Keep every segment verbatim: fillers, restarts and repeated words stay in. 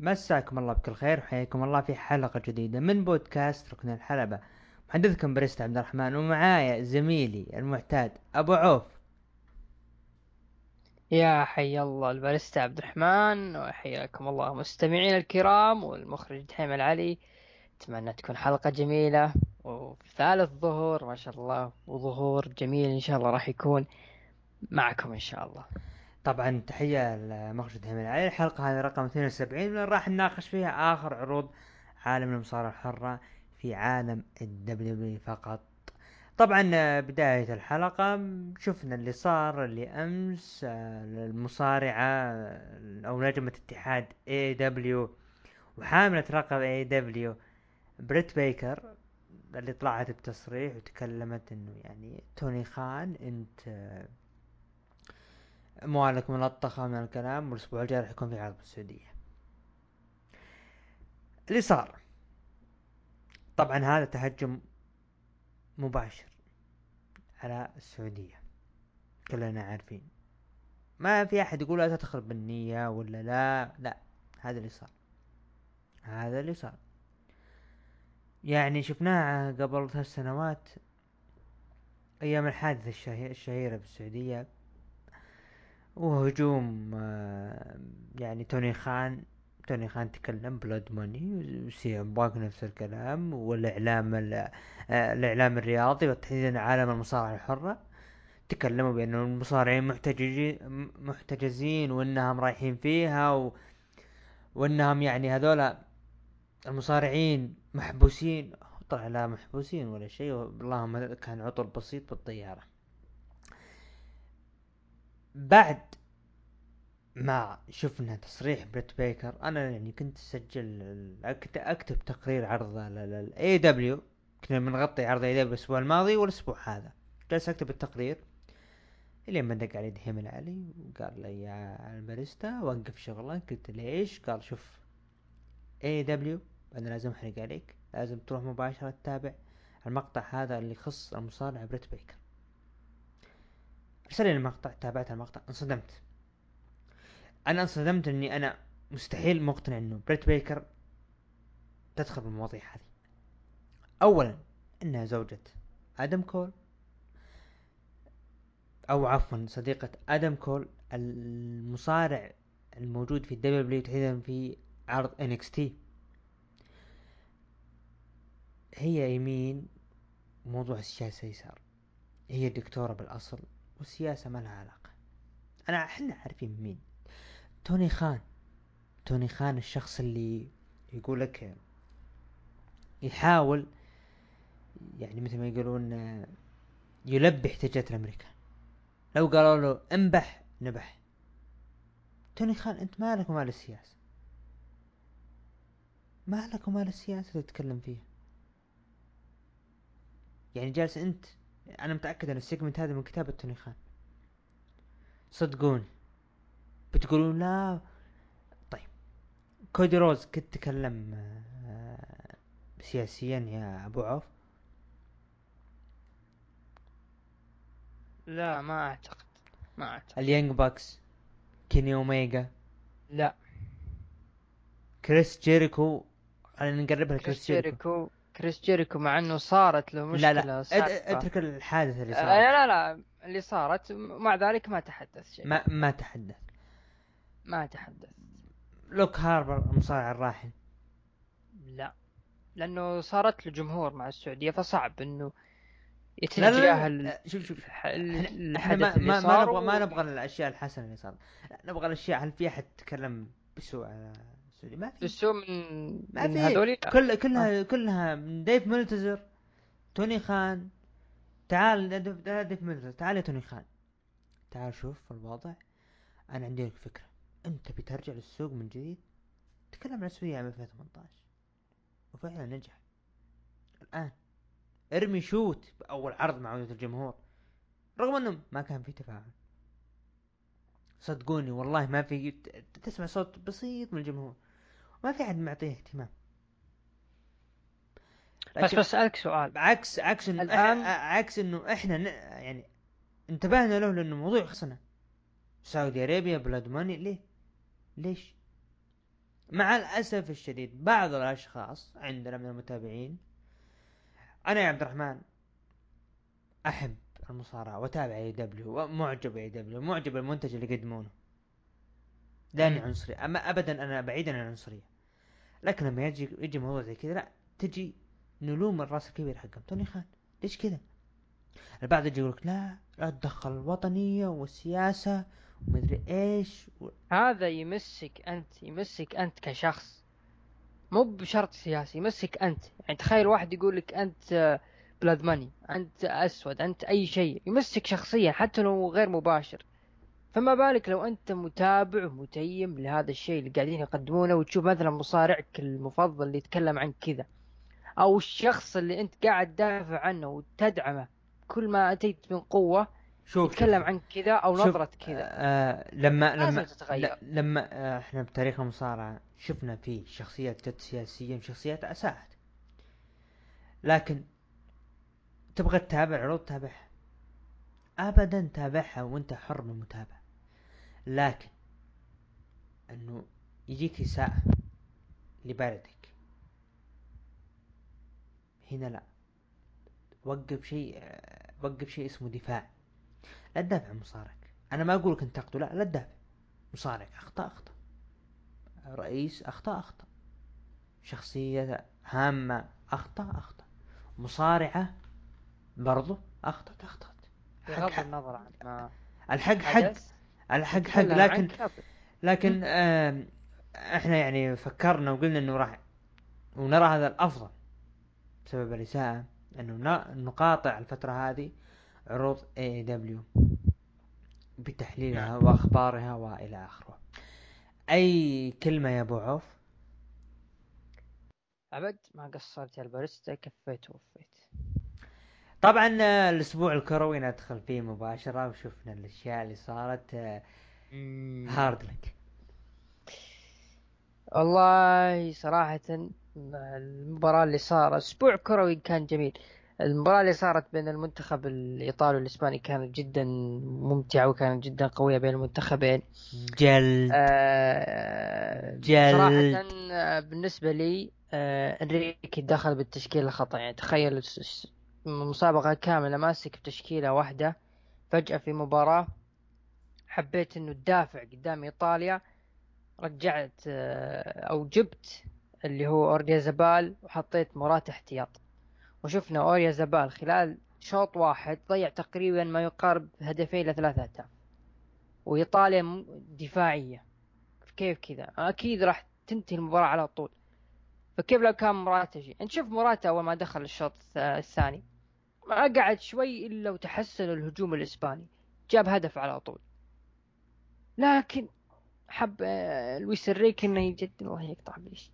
مساكم الله بكل خير وحياكم الله في حلقة جديدة من بودكاست ركن الحلبة. محدثكم بريست عبد الرحمن ومعايا زميلي المعتاد أبو عوف. يا حي الله الباريستا عبد الرحمن، وحياكم الله مستمعين الكرام والمخرج دحيم العلي. أتمنى تكون حلقة جميلة وفي ثالث ظهور ما شاء الله، وظهور جميل إن شاء الله راح يكون معكم إن شاء الله. طبعا تحية لمخرج همين علي. الحلقة هذه رقم اثنين وسبعين من راح نناقش فيها آخر عروض عالم المصارعة الحرة في عالم الدبليو فقط. طبعا آه، بداية الحلقة شفنا اللي صار اللي أمس، آه، المصارعة آه، أو نجمة اتحاد اي دبليو وحاملة لقب اي دبليو بريت بيكر، اللي طلعت بتصريح وتكلمت انه يعني توني خان انت آه، موالك ملطخة من الكلام، والاسبوع الجاي راح يكون في عرض بالسعودية. اللي صار طبعا هذا تهجم مباشر على السعودية، كلنا عارفين، ما في احد يقول لا تدخل بالنية ولا لا لا. هذا اللي صار، هذا اللي صار. يعني شفناه قبل ثلاث سنوات ايام الحادثة الشهيرة بالسعودية، وهجوم آه، يعني توني خان. توني خان تكلم بلود ماني، وسي ام باك نفس الكلام، والاعلام ال- آه، الاعلام الرياضي وتحديدا عالم المصارعة الحرة تكلموا بأن المصارعين محتجزين محتجزين وانهم رايحين فيها و... وانهم يعني هذولا المصارعين محبوسين. طلع لا محبوسين ولا شيء، اللهم كان عطل بسيط بالطيارة. بعد ما شفنا تصريح بريت بيكر، انا يعني كنت اسجل أكت- اكتب تقرير عرض الاي دبليو. كنا بنغطي عرض اي دبليو الاسبوع الماضي والاسبوع هذا، جالس اكتب التقرير الين ما دق علي دحيم العلي وقال لي يا الباريستا وقف شغلك. قلت ليش؟ قال شوف اي دبليو، انا لازم احرق عليك، لازم تروح مباشرة تتابع المقطع هذا اللي يخص المصارع بريت بيكر. ارسل لي المقطع، تابعت المقطع، انصدمت. انا انصدمت اني انا مستحيل مقتنع انه بريت بيكر تدخل بالمواضيع هذه. اولا انها زوجة ادم كول، او عفوا صديقة ادم كول المصارع الموجود في الدبليو دبليو تحديدا في عرض انكس تي. هي يمين، موضوع السياسة يسار. هي دكتورة بالاصل، والسياسة ما لها علاقة. انا احنا عارفين مين توني خان. توني خان الشخص اللي يقولك يحاول يعني مثل ما يقولون يلبي احتجاجات الامريكان. لو قالوا له انبح نبح. توني خان انت مالك ومال السياسة؟ مالك ومال السياسة تتكلم فيها؟ يعني جالس انت، انا متأكد ان السيجمنت هذا من كتابة توني خان. صدقوني بتقولون لا. طيب كودي روز كنت تكلم آه، سياسيا يا ابو عوف؟ لا ما أعتقد، ما أعتقد. اليانج باكس، كيني اوميجا، لا. كريس جيريكو. خلينا نقربها كريس لكريس جيريكو. جيريكو كريس جيريكو مع أنه صارت له لا لا مشكلة اد- سابقة. اترك الحادثة اللي آه، صارت. لا لا، اللي صارت مع ذلك ما تحدث شيء. ما ما تحدث. ما تحدث. لوك هاربر المصارع الراحل. لا، لأنه صارت له جمهور مع السعودية، فصعب أنه لا لا لا يتجاهل لا، شوف شوف شوف. الح- احنا احنا ما الحدث اللي ما ما صار نبغى ما و... نبغى الاشياء الحسنه اللي صارت. لا، نبغى الاشياء. هل في احد تكلم بسوء على السعوديه؟ ما في. بس هو من ما من في. هذول لا. كل ما كلها كلها من ديف ملتزر، توني خان. تعال ديف ديف ملتزر، تعال يا توني خان، تعال شوف الوضع. انا عندي لك فكره، انت بترجع للسوق من جديد. تكلم عن السعوديه عام ألفين وثمانية عشر وفعلا نجح. الان ارمي شوت باول عرض مع عودة الجمهور، رغم انه ما كان في تفاعل. صدقوني والله ما في، تسمع صوت بسيط من الجمهور، ما في احد معطيه اهتمام. بس لكن بسألك سؤال عكس عكس انه إح... الآن. عكس انه احنا ن... يعني انتبهنا له لانه موضوع يخصنا. سعودي ارابيا بلاد ماني، ليه؟ ليش؟ مع الأسف الشديد بعض الأشخاص عندنا من المتابعين، أنا يا عبد الرحمن أحب المصارعة وأتابع اي دبليو ومعجب اي دبليو، معجب المنتج اللي يقدمونه، لاني مم. عنصري. اما ابدا انا بعيد عن العنصرية، لكن لما يجي يجي موضوع زي كذا لا تجي نلوم الراس الكبير حقهم توني خان، ليش كذا؟ البعض يجي يقولك لا لا تدخل الوطنية والسياسة ومدري ايش و... هذا يمسك أنت، يمسك أنت كشخص، مو بشرط سياسي، يمسك أنت. يعني تخيل واحد يقول لك أنت بلاد ماني، أنت أسود، أنت أي شيء، يمسك شخصيا حتى لو غير مباشر. فما بالك لو أنت متابع ومتيم لهذا الشيء اللي قاعدين يقدمونه، وتشوف مثلا مصارعك المفضل اللي يتكلم عن كذا، أو الشخص اللي أنت قاعد تدافع عنه وتدعمه كل ما أتيت من قوة شوف شوف يتكلم شوف عن كذا أو شوف نظرة كذا، آه لما لازم لما ل- تتغير. لما آه احنا بتاريخ المصارعة شفنا فيه شخصيات جد سياسية وشخصيات اساءت، لكن تبغى تتابع عروض تابعها، ابدا تابعها وانت حر من المتابعة، لكن انه يجيك اساءة لبلدك هنا لا، وقف شيء، وقف شيء اسمه دفاع. لا تدافع عن مصارعك، انا ما اقولك انت تقتل، لا لا تدافع مصارعك، اخطاء اخطاء، رئيس اخطاء اخطاء، شخصية هامة اخطاء اخطاء، مصارعة برضو اخطأت اخطأت، حق بغض حق، النظر عن ما الحق حق، حدث، الحق حق، نتكلم عن لكن كابل. لكن آه احنا يعني فكرنا وقلنا انه راح ونرى هذا الافضل بسبب الإساءة، انه ن- نقاطع الفترة هذه عروض اي دبليو بتحليلها واخبارها والى اخره. اي كلمة يا ابو عوف؟ أبد ما قصرت يا الباريستا، كفيت ووفيت. طبعا آه، الاسبوع الكروي ندخل فيه مباشرة وشفنا الاشياء اللي صارت. آه، مم. هارد لك. والله صراحة المباراة اللي صارت أسبوع كروي كان جميل. المباراة اللي صارت بين المنتخب الإيطالي والإسباني كانت جدا ممتعة وكانت جدا قوية بين المنتخبين. جلد آه، صراحة جلد. آه، بالنسبة لي آه، انريكي دخل بالتشكيلة الخطأ. يعني تخيل الس- الس- مسابقة كاملة ماسك بتشكيلة واحدة، فجأة في مباراة حبيت انه تدافع قدام ايطاليا، رجعت آه، او جبت اللي هو اوريا زبال وحطيت مرات احتياط. وشفنا اوريا زبال خلال شوط واحد ضيع تقريبا ما يقارب هدفين الى ثلاثة اهداف، وايطاليا م- دفاعية. كيف كذا؟ اكيد راح تنتهي المباراة على طول. فكيف لو كان مراتا شيء؟ نشوف مراتا اول ما دخل الشوط الث- الثاني ما قعد شوي الا وتحسن الهجوم الاسباني، جاب هدف على طول. لكن حب آه، لويس انريكي انه يجدد، الله يقطع بليش.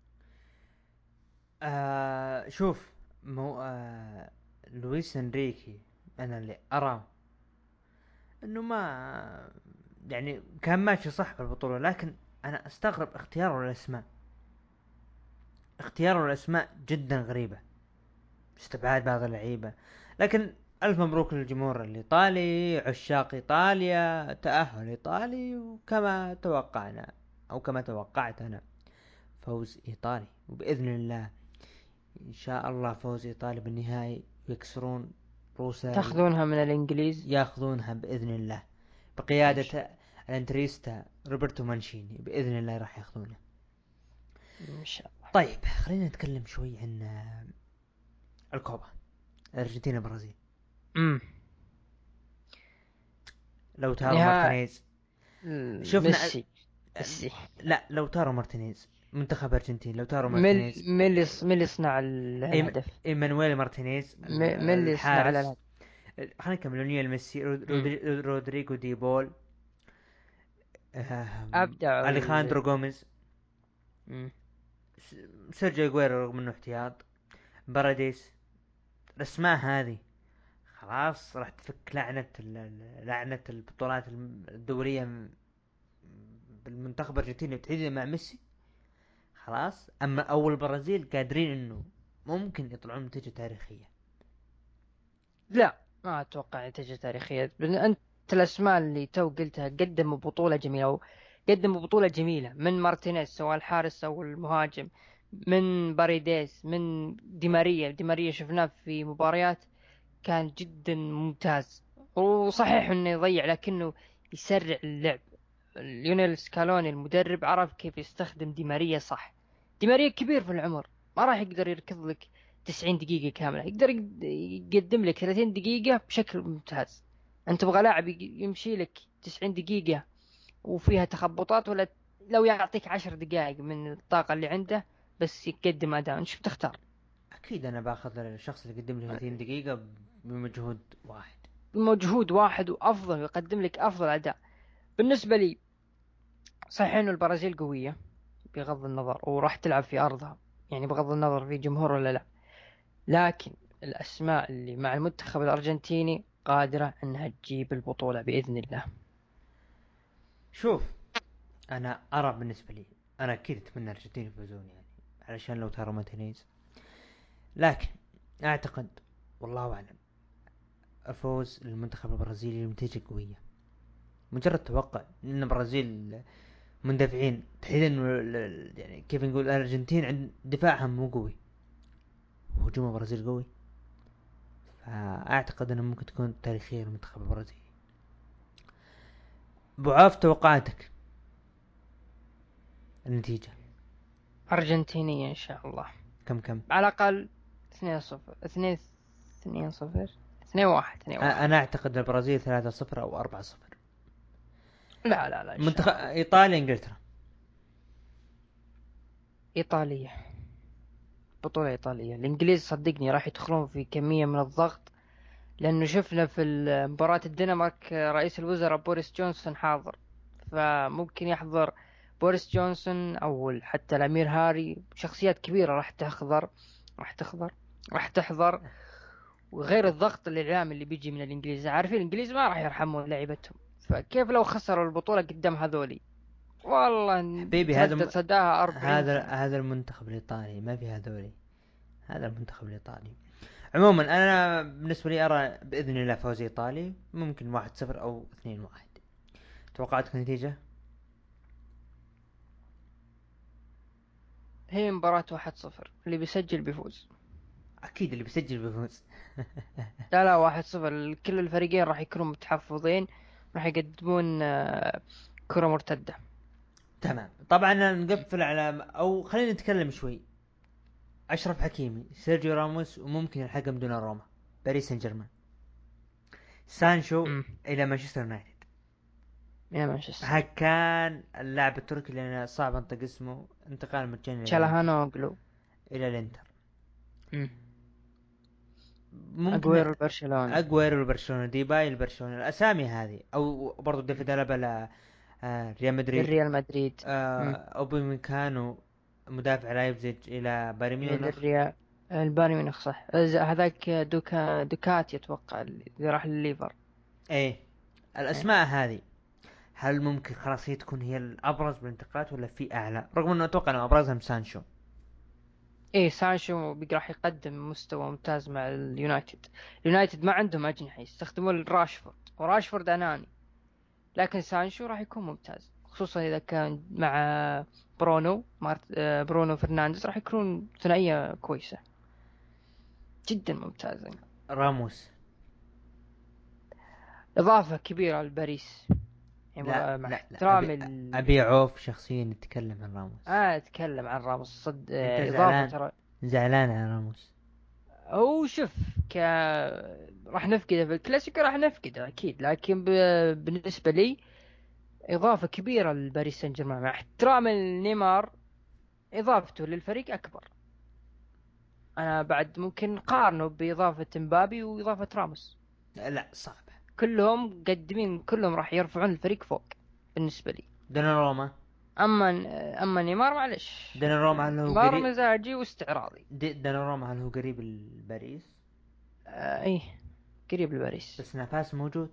آه شوف، مو آه لويس انريكي انا اللي ارى انه ما يعني كان ماشي صح في البطولة، لكن انا استغرب اختياره للاسماء، اختياره للاسماء جدا غريبة، استبعاد بعض اللعيبة. لكن الف مبروك للجمهور الايطالي، عشاق ايطاليا، تأهل ايطالي، وكما توقعنا او كما توقعت انا فوز ايطالي، وباذن الله ان شاء الله فوز ايطالي بالنهائي ويكسرون روسا، تاخذونها من الانجليز ياخذونها باذن الله ان شاء بقيادة الانتريستا روبرتو مانشيني، باذن الله راح ياخذونه. الله، ان شاء الله. طيب خلينا نتكلم شوي عن آه، الكوبا، الارجنتين البرازيل. امم لو تارو نهاية مارتينيز شفنا ميسي، آه، ميسي. لا لو تارو مارتينيز منتخب ارجنتين، لو تارو من مارتينيز، من اللي يص- من اللي يصنع ال- إيم- الهدف؟ ايمانويل مارتينيز ال- م- من اللي يصنع الحارس، الهدف؟ خلينا نكمل، لونيل ميسي، رود- امم رودري- رودريجو دي بول، آه، ابدعوا ال... اليخاندرو غوميز، مم. س- سيرجيو اغويرو رغم انه احتياط، باراديس. الاسماء هذه خلاص راح تفك لعنة ال- ال- لعنة البطولات الم- الدولية م- بالمنتخب الارجنتيني وتحديدا مع ميسي. خلاص، اما اول البرازيل قادرين انه ممكن يطلعون نتيجة تاريخية. لا، ما اتوقع نتيجة تاريخية. لأن انت الاسماء اللي تو قلتها قدموا بطولة جميلة، قدم بطولة جميلة من مارتينيز سواء الحارس أو المهاجم، من باريديس، من دي ماريا. دي ماريا شفناه في مباريات كان جدا ممتاز، وصحيح انه يضيع لكنه يسرع اللعب. ليونيل سكالوني المدرب عرف كيف يستخدم دي ماريا صح. دي ماريا كبير في العمر، ما راح يقدر يركض لك تسعين دقيقة كاملة، يقدر يقد- يقدم لك ثلاثين دقيقة بشكل ممتاز. انت تبغى لاعب يمشي لك تسعين دقيقة وفيها تخبطات، ولا لو يعطيك عشر دقائق من الطاقة اللي عنده بس يقدم أداء؟ انت شو بتختار؟ اكيد انا باخذ الشخص اللي يقدم لي ثلاثين دقيقة بمجهود واحد. بمجهود واحد وأفضل، ويقدم لك أفضل أداء. بالنسبة لي صحيح إنه البرازيل قوية بغض النظر، وراح تلعب في أرضها، يعني بغض النظر في جمهور ولا لا، لكن الأسماء اللي مع المنتخب الأرجنتيني قادرة أنها تجيب البطولة بإذن الله. شوف، انا ارى بالنسبة لي، انا اكيد اتمنى الارجنتين يفوزون يعني علشان لو ترى مارتينيز، لكن اعتقد والله اعلم الفوز للمنتخب البرازيلي بنتيجة قوية. مجرد توقع ان البرازيل مندفعين تحديدا، يعني كيف نقول، الارجنتين عند دفاعهم مو قوي وهجوم البرازيل قوي، فاعتقد انه ممكن تكون تاريخيا المنتخب البرازيلي. بعاف توقعاتك النتيجة أرجنتينية إن شاء الله. كم كم؟ على الأقل اثنين صفر، اثنين اثنين صفر، اثنين واحد، اثنين واحد. انا اعتقد البرازيل ثلاثة صفر او أربعة صفر. لا لا لا إن منتخب شاء الله. ايطاليا انجلترا. إيطالية، بطولة إيطالية. الإنجليز صدقني راح يدخلون في كمية من الضغط، لأنه شفنا في مباراة الدنمارك رئيس الوزراء بوريس جونسون حاضر، فممكن يحضر بوريس جونسون أو حتى الأمير هاري، شخصيات كبيرة راح تحضر، راح تحضر راح تحضر. وغير الضغط الإعلامي اللي بيجي من الإنجليز، عارفين الإنجليز ما راح يرحمون لعيبتهم، فكيف لو خسروا البطولة قدام هذولي؟ والله حبيبي هذا تردد م... صداها أربعين هذا سنة. هذا المنتخب الايطالي ما في هذولي، هذا المنتخب الايطالي. عموما انا بالنسبة لي ارى باذن الله فوز ايطالي، ممكن واحد صفر او اثنين واحد. توقعاتك النتيجة؟ هي مباراة واحد صفر، اللي بيسجل بيفوز. اكيد اللي بيسجل بيفوز. لا لا، واحد صفر. كل الفريقين راح يكونوا متحفظين، راح يقدمون آه، كرة مرتدة. تمام، طبعا نقفل على، او خلينا نتكلم شوي. اشرف حكيمي، سيرجيو راموس، وممكن الحكم دون روما، باريس سان جيرمان، سانشو امم الى مانشستر يونايتد. يا مانشستر. كان اللاعب التركي لان صعب انطق اسمه، انتقال مجاني الى الانتر. تشالهانوغلو. الى الانتر امم ممكن. اجويرو برشلونة. اجويرو لبرشلونه، ديباي لبرشلونه، الاسامي هذه، او برضو ديفيد الابا آه ريال مدريد. للريال مدريد. آه امم اوباميكانو مدافع لايبزيج الى بايرن ميونخ. للريال. البايرن ميونخ صح. ز- هذاك دوكا دوكاتي اتوقع اللي راح للليفر. ايه، إيه. الاسماء هذه هل ممكن خلاص هي تكون هي الابرز بالانتقالات ولا في اعلى؟ رغم انه اتوقع انه ابرزهم سانشو. ايه سانشو بي- راح يقدم مستوى ممتاز مع اليونايتد. اليونايتد ما عندهم أجنحة، يستخدمون راشفورد، وراشفورد أناني، لكن سانشو راح يكون ممتاز، خصوصا إذا كان مع برونو مارت... آه، برونو فرنانديز، راح يكون ثنائية كويسة جدا ممتازة. راموس. إضافة كبيرة لباريس، يعني لا مع مع لا لا ابي احترامي ال... ابي عوف شخصيا نتكلم عن راموس. آه أتكلم عن راموس صد انت آه، إضافة زعلان؟ ترى. زعلان على راموس؟ هو شوف، ك راح نفقده في الكلاسيكو، راح نفقده أكيد، لكن ب... بالنسبة لي إضافة كبيرة لباريس سان جيرمان، مع احترام نيمار، إضافته للفريق أكبر. أنا بعد ممكن قارنه بإضافة مبابي وإضافة راموس، لا صعب. كلهم مقدمين، كلهم راح يرفعون الفريق فوق بالنسبة لي. دوناروما. أما أما نيمار معلش، دوناروما هل هو نيمار قريب؟ مزاجي واستعراضي. دي- دوناروما هل هو قريب لباريس؟ آه إيه، قريب لباريس. بس نفاس موجود.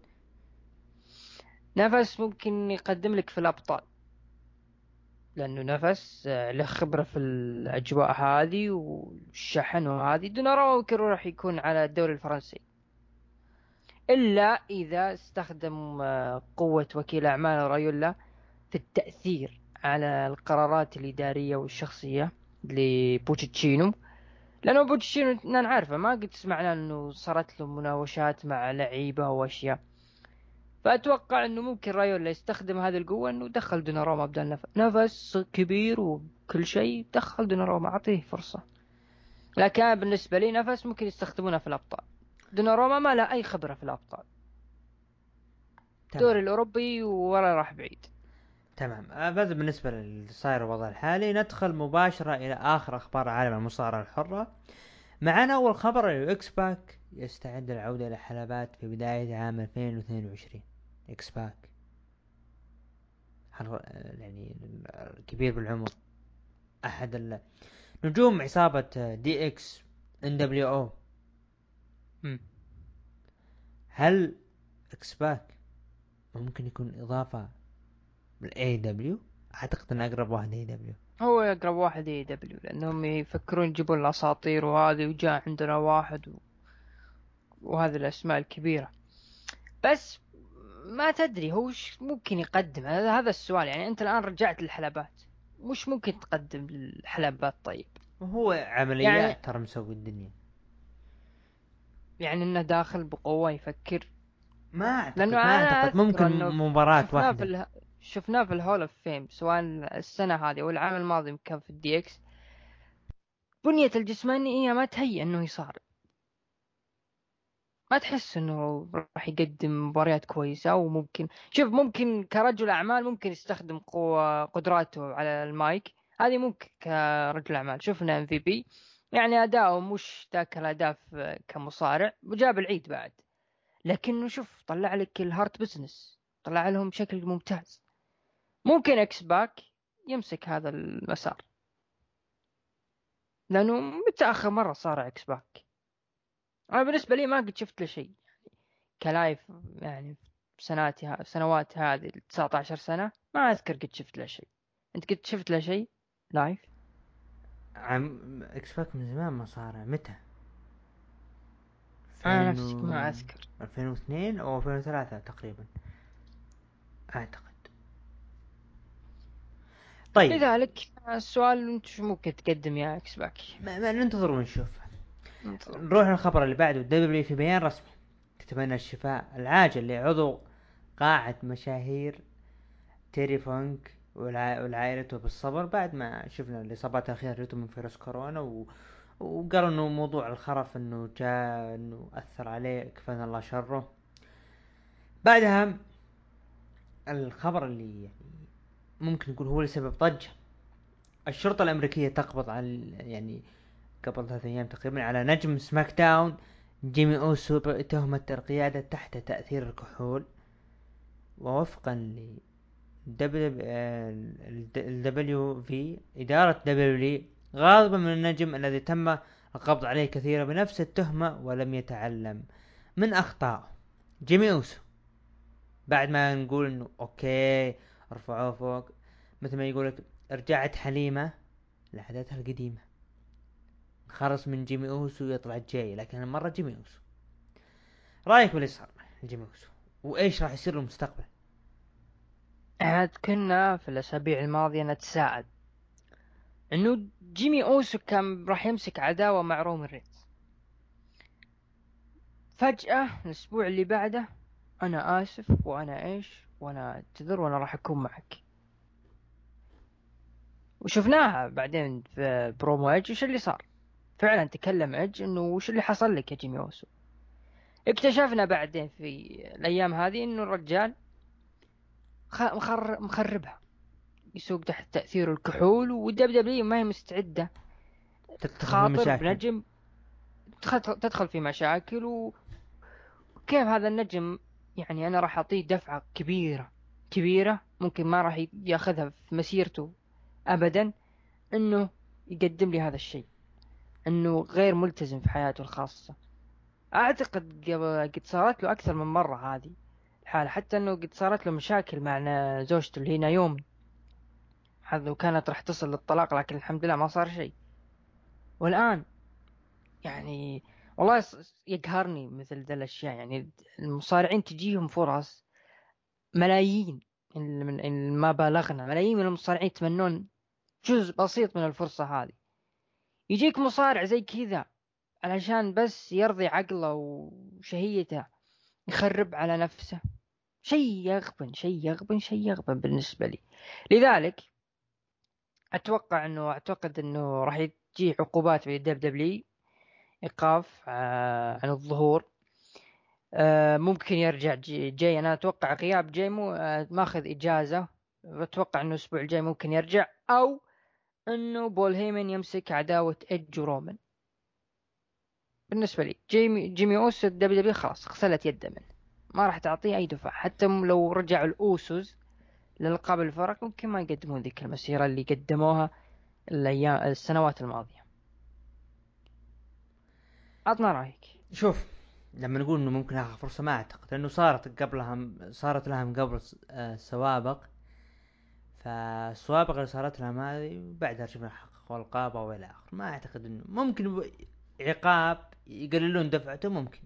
نفس ممكن يقدم لك في الأبطال، لأنه نفس آه، له خبرة في الأجواء هذه والشحن وهذه. دوناروما ممكن راح يكون على الدوري الفرنسي، إلا إذا استخدم آه، قوة وكيل أعمال رايولا في التأثير على القرارات الإدارية والشخصية لبوتشينو، لأنه بوتشينو أنا نعرفه، ما قد سمعنا أنه صارت له مناوشات مع لعيبة وأشياء. فأتوقع أنه ممكن رايولا يستخدم هذه القوة، أنه دخل دوناروما بدل نفس نفس كبير وكل شيء، دخل دوناروما أعطيه فرصة. لكن بالنسبة لي نفس ممكن يستخدمونه في الأبطال. دوناروما ما له أي خبرة في الأبطال، الدوري تمام الأوروبي ولا راح بعيد. تمام. آه، بس بالنسبة اللي صاير الوضع الحالي ندخل مباشرة إلى آخر أخبار عالم المصارعة الحرة. معنا أول خبر إنه إكس باك يستعد للعودة إلى حلبات في بداية عام ألفين واثنين وعشرين. إكس باك حر- يعني كبير بالعمر، أحد ال- نجوم عصابة دي إكس إن دبليو أو. مم. هل إكس باك ممكن يكون إضافة للأي دبليو؟ أعتقد أن أقرب واحد أي دبليو. هو أقرب واحد اي دبليو، لأنهم يفكرون يجيبون الأساطير وهذه، وجاء عندنا واحد و... وهذه الأسماء الكبيرة. بس ما تدري هو وش ممكن يقدم، هذا هذا السؤال. يعني أنت الآن رجعت للحلبات، وش ممكن تقدم للحلبات؟ طيب وهو يعني عمليات ترى مسوي الدنيا. يعني إنه داخل بقوة يفكر. ما لأنه أعتقد ما أنا أعتقد أذكر ممكن إنه مباراة شفناه في واحدة. ال... شفناه في الهول اوف فيم، سواء السنة هذه أو العام الماضي كان في الدي اكس. بنية الجسمانية ما تهيأ إنه يصارع، ما تحس إنه راح يقدم مباريات كويسة. وممكن شوف، ممكن كرجل أعمال ممكن يستخدم قوة قدراته على المايك، هذه ممكن كرجل أعمال. شفنا ام في بي يعني أداؤه مش ذاك الأداء في- كمصارع، وجاب العيد بعد. لكنه شوف طلع لك الهارت بزنس، طلع لهم بشكل ممتاز. ممكن اكس باك يمسك هذا المسار، لانه متاخر مره صار اكس باك. انا بالنسبه لي ما قد شفت له شيء كلايف، يعني في سنواتي ها سنوات هذه تسعة عشر سنه ما اذكر قد شفت له شيء. انت قد شفت له شيء لايف؟ عم إكس باك من زمان ما صار. متى؟ انا ألفين نفسك و... ما اذكر. ألفين واثنين أو ألفين وثلاثة تقريبا أعتقد. طيب لذلك السؤال، انت شو ممكن تقدم يا اكس باك؟ ما, ما ننتظر ونشوف. انتظر. نروح للخبر اللي بعده. دبليو في بيان رسمي تتمنى الشفاء العاجل لعضو قاعة مشاهير تيري فونك والع... والعائلته بالصبر بعد ما شفنا الإصابات الأخيرة جته من فيروس كورونا و... وقالوا انه موضوع الخرف انه جاء انه اثر عليه، كفانا الله شره. بعدها الخبر اللي يعني ممكن يكون هو اللي سبب ضجة. الشرطة الأمريكية تقبض على يعني قبل ثلاثة أيام تقريبا على نجم سماك داون جيمي أوسو بتهمة القيادة تحت تأثير الكحول. ووفقا ل دبليو في إدارة دبليو غاضبة من النجم الذي تم القبض عليه كثيرا بنفس التهمة ولم يتعلم من أخطائه. جيمي أوسو بعد ما نقول انه اوكي ارفعوه فوق، مثل ما يقولك رجعت حليمة لعادتها القديمة، خرص من جيمي اوسو يطلع جاي، لكن المرة جيمي اوسو. رايك باللي صار جيمي اوسو وايش راح يصير المستقبل؟ عاد كنا في الاسابيع الماضيه نتساءل انه جيمي اوسو كان راح يمسك عداوه مع رومان رينز. فجأة الأسبوع اللي بعده أنا آسف وأنا إيش وأنا أعتذر وأنا راح أكون معك. وشفناها بعدين في برومو إيج وش اللي صار. فعلا تكلم إيج إنه وش اللي حصل لك يا جيمي أوسو. اكتشفنا بعدين في الأيام هذه إنه الرجال خ- مخر مخربها، يسوق تحت تأثير الكحول، والدب دبليو ما هي مستعدة تدخل في تخاطر مشاكل. بنجم، تدخل تدخل في مشاكل. وكيف هذا النجم يعني أنا راح أعطيه دفعة كبيرة كبيرة ممكن ما راح ياخذها في مسيرته أبدا، إنه يقدم لي هذا الشيء، إنه غير ملتزم في حياته الخاصة. أعتقد قبل قد صارت له أكثر من مرة هذه الحالة، حتى إنه قد صارت له مشاكل مع نا- زوجته اللي هي نايومي، هذا وكانت راح تصل للطلاق، لكن الحمد لله ما صار شيء. والآن يعني والله يص- يقهرني مثل ذا الأشياء. يعني المصارعين تجيهم فرص ملايين إن من إن ما بالغنا ملايين من المصارعين يتمنون جزء بسيط من الفرصة هذه. يجيك مصارع زي كذا علشان بس يرضي عقله وشهيته يخرب على نفسه. شيء يغبن شيء يغبن شيء يغبن بالنسبة لي. لذلك أتوقع أنه أعتقد أنه راح تجي عقوبات في الدب دبليو، إيقاف آه، عن الظهور. آه، ممكن يرجع جي, جاي أنا أتوقع غياب جاي مو آه، ماخذ إجازة. أتوقع أنه الأسبوع الجاي ممكن يرجع، أو أنه بول هيمن يمسك عداوة إدج ورومان. بالنسبة لي جيمي جيمي أوسو الدبليو دبليو خلاص غسلت يده منه، ما راح تعطيه أي دفاع. حتى لو رجعوا الأوسوس للقاب الفرق ممكن ما يقدمون ذيك المسيرة اللي قدموها الأيام السنوات الماضية. عطنا رأيك. شوف، لما نقول انه ممكن اخذ فرصة، ما اعتقد، لانه صارت قبلها صارت لهم قبل آه، سوابق. فالسوابق اللي صارت لهم هذه بعدها شفنا حققوا القاب والى اخره. ما اعتقد انه ممكن عقاب يقللون دفعته، ممكن.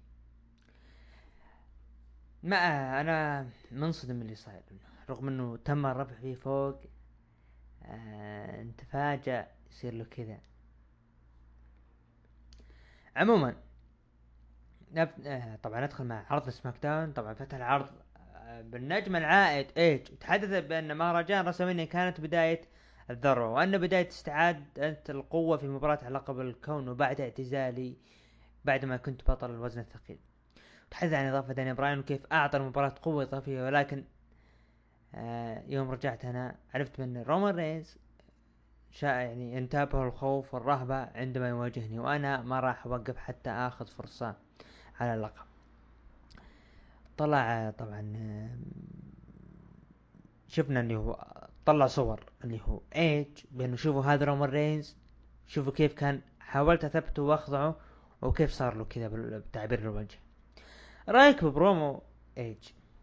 ما انا منصدم اللي صاير، رغم انه تم الرفع فيه فوق. آه انت فاجأ يصير له كذا. عموما نب... آه طبعا ندخل مع عرض سماك داون. طبعا فتح العرض آه بالنجم العائد ايج، تحدث بان مهرجان رسمينيا كانت بداية الذروة، وان بداية استعادة القوة في مباراة على لقب الكون وبعد اعتزالي بعد ما كنت بطل الوزن الثقيل. تحدث عن اضافة داني براين وكيف اعطى المباراة قوة اضافية، ولكن آه يوم رجعت انا عرفت بان رومان رينز شاء يعني انتابه الخوف والرهبة عندما يواجهني، وانا ما راح اوقف حتى اخذ فرصة على اللقب. طلع طبعا شفنا اللي هو طلع صور اللي هو ايج بانه شوفوا هذا رومان رينز، شوفوا كيف كان حاولت اثبته واخضعه وكيف صار له كذا بتعبير الوجه. رايك ببرومو ايج؟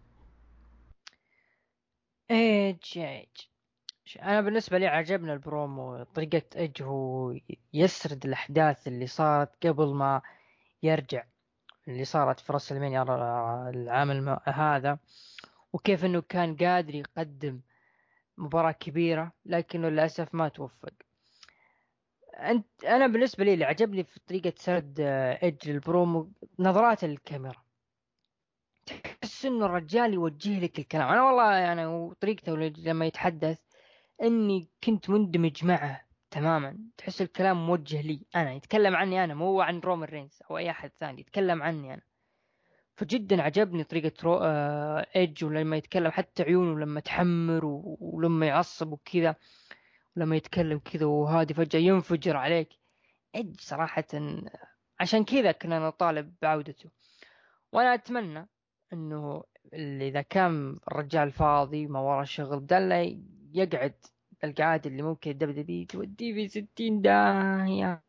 ايج ايج انا بالنسبه لي عجبنا البرومو، طريقه ايج هو يسرد الاحداث اللي صارت قبل ما يرجع، اللي صارت في راس المانيا العام الم... هذا، وكيف انه كان قادر يقدم مباراة كبيرة لكنه للأسف ما توفق. أنت أنا بالنسبة لي اللي عجبني في طريقة سرد آه، إيدج البرومو نظرات الكاميرا. تحس إنه الرجال يوجه لك الكلام. أنا والله يعني وطريقته لما يتحدث إني كنت مندمج معه تماما. تحس الكلام موجه لي أنا، يتكلم عني أنا، مو عن رومان رينز أو أي أحد ثاني، يتكلم عني أنا. فجدا عجبني طريقة رو... آه... إيدج، ولما يتكلم حتى عيونه لما تحمر و... ولما يعصب وكذا، ولما يتكلم كذا وهادي فجأة ينفجر عليك. إيدج صراحة عشان كذا كنا نطالب بعودته. وأنا أتمنى إنه اللي إذا كان الرجال فاضي ما ورا شغل بدل يقعد القعاد اللي ممكن الدبليو دبليو توديه في ستين داهية.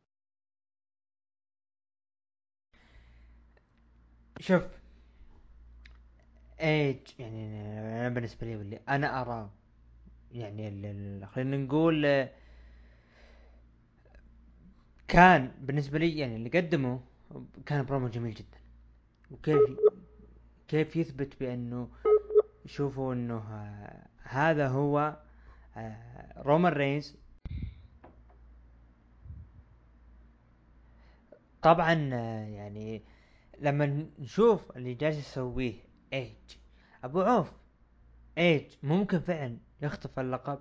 شوف، ايج يعني انا بالنسبه لي واللي انا اراه يعني ال- ال- خلينا نقول آه، كان بالنسبه لي يعني اللي قدمه كان برومو جميل جدا. وكيف كيف يثبت بانه شوفوا انه آه، هذا هو آه، رومان رينز. طبعا آه، يعني لما نشوف اللي جالس يسويه ايج، ابو عوف، ايج ممكن فعلا يخطف اللقب.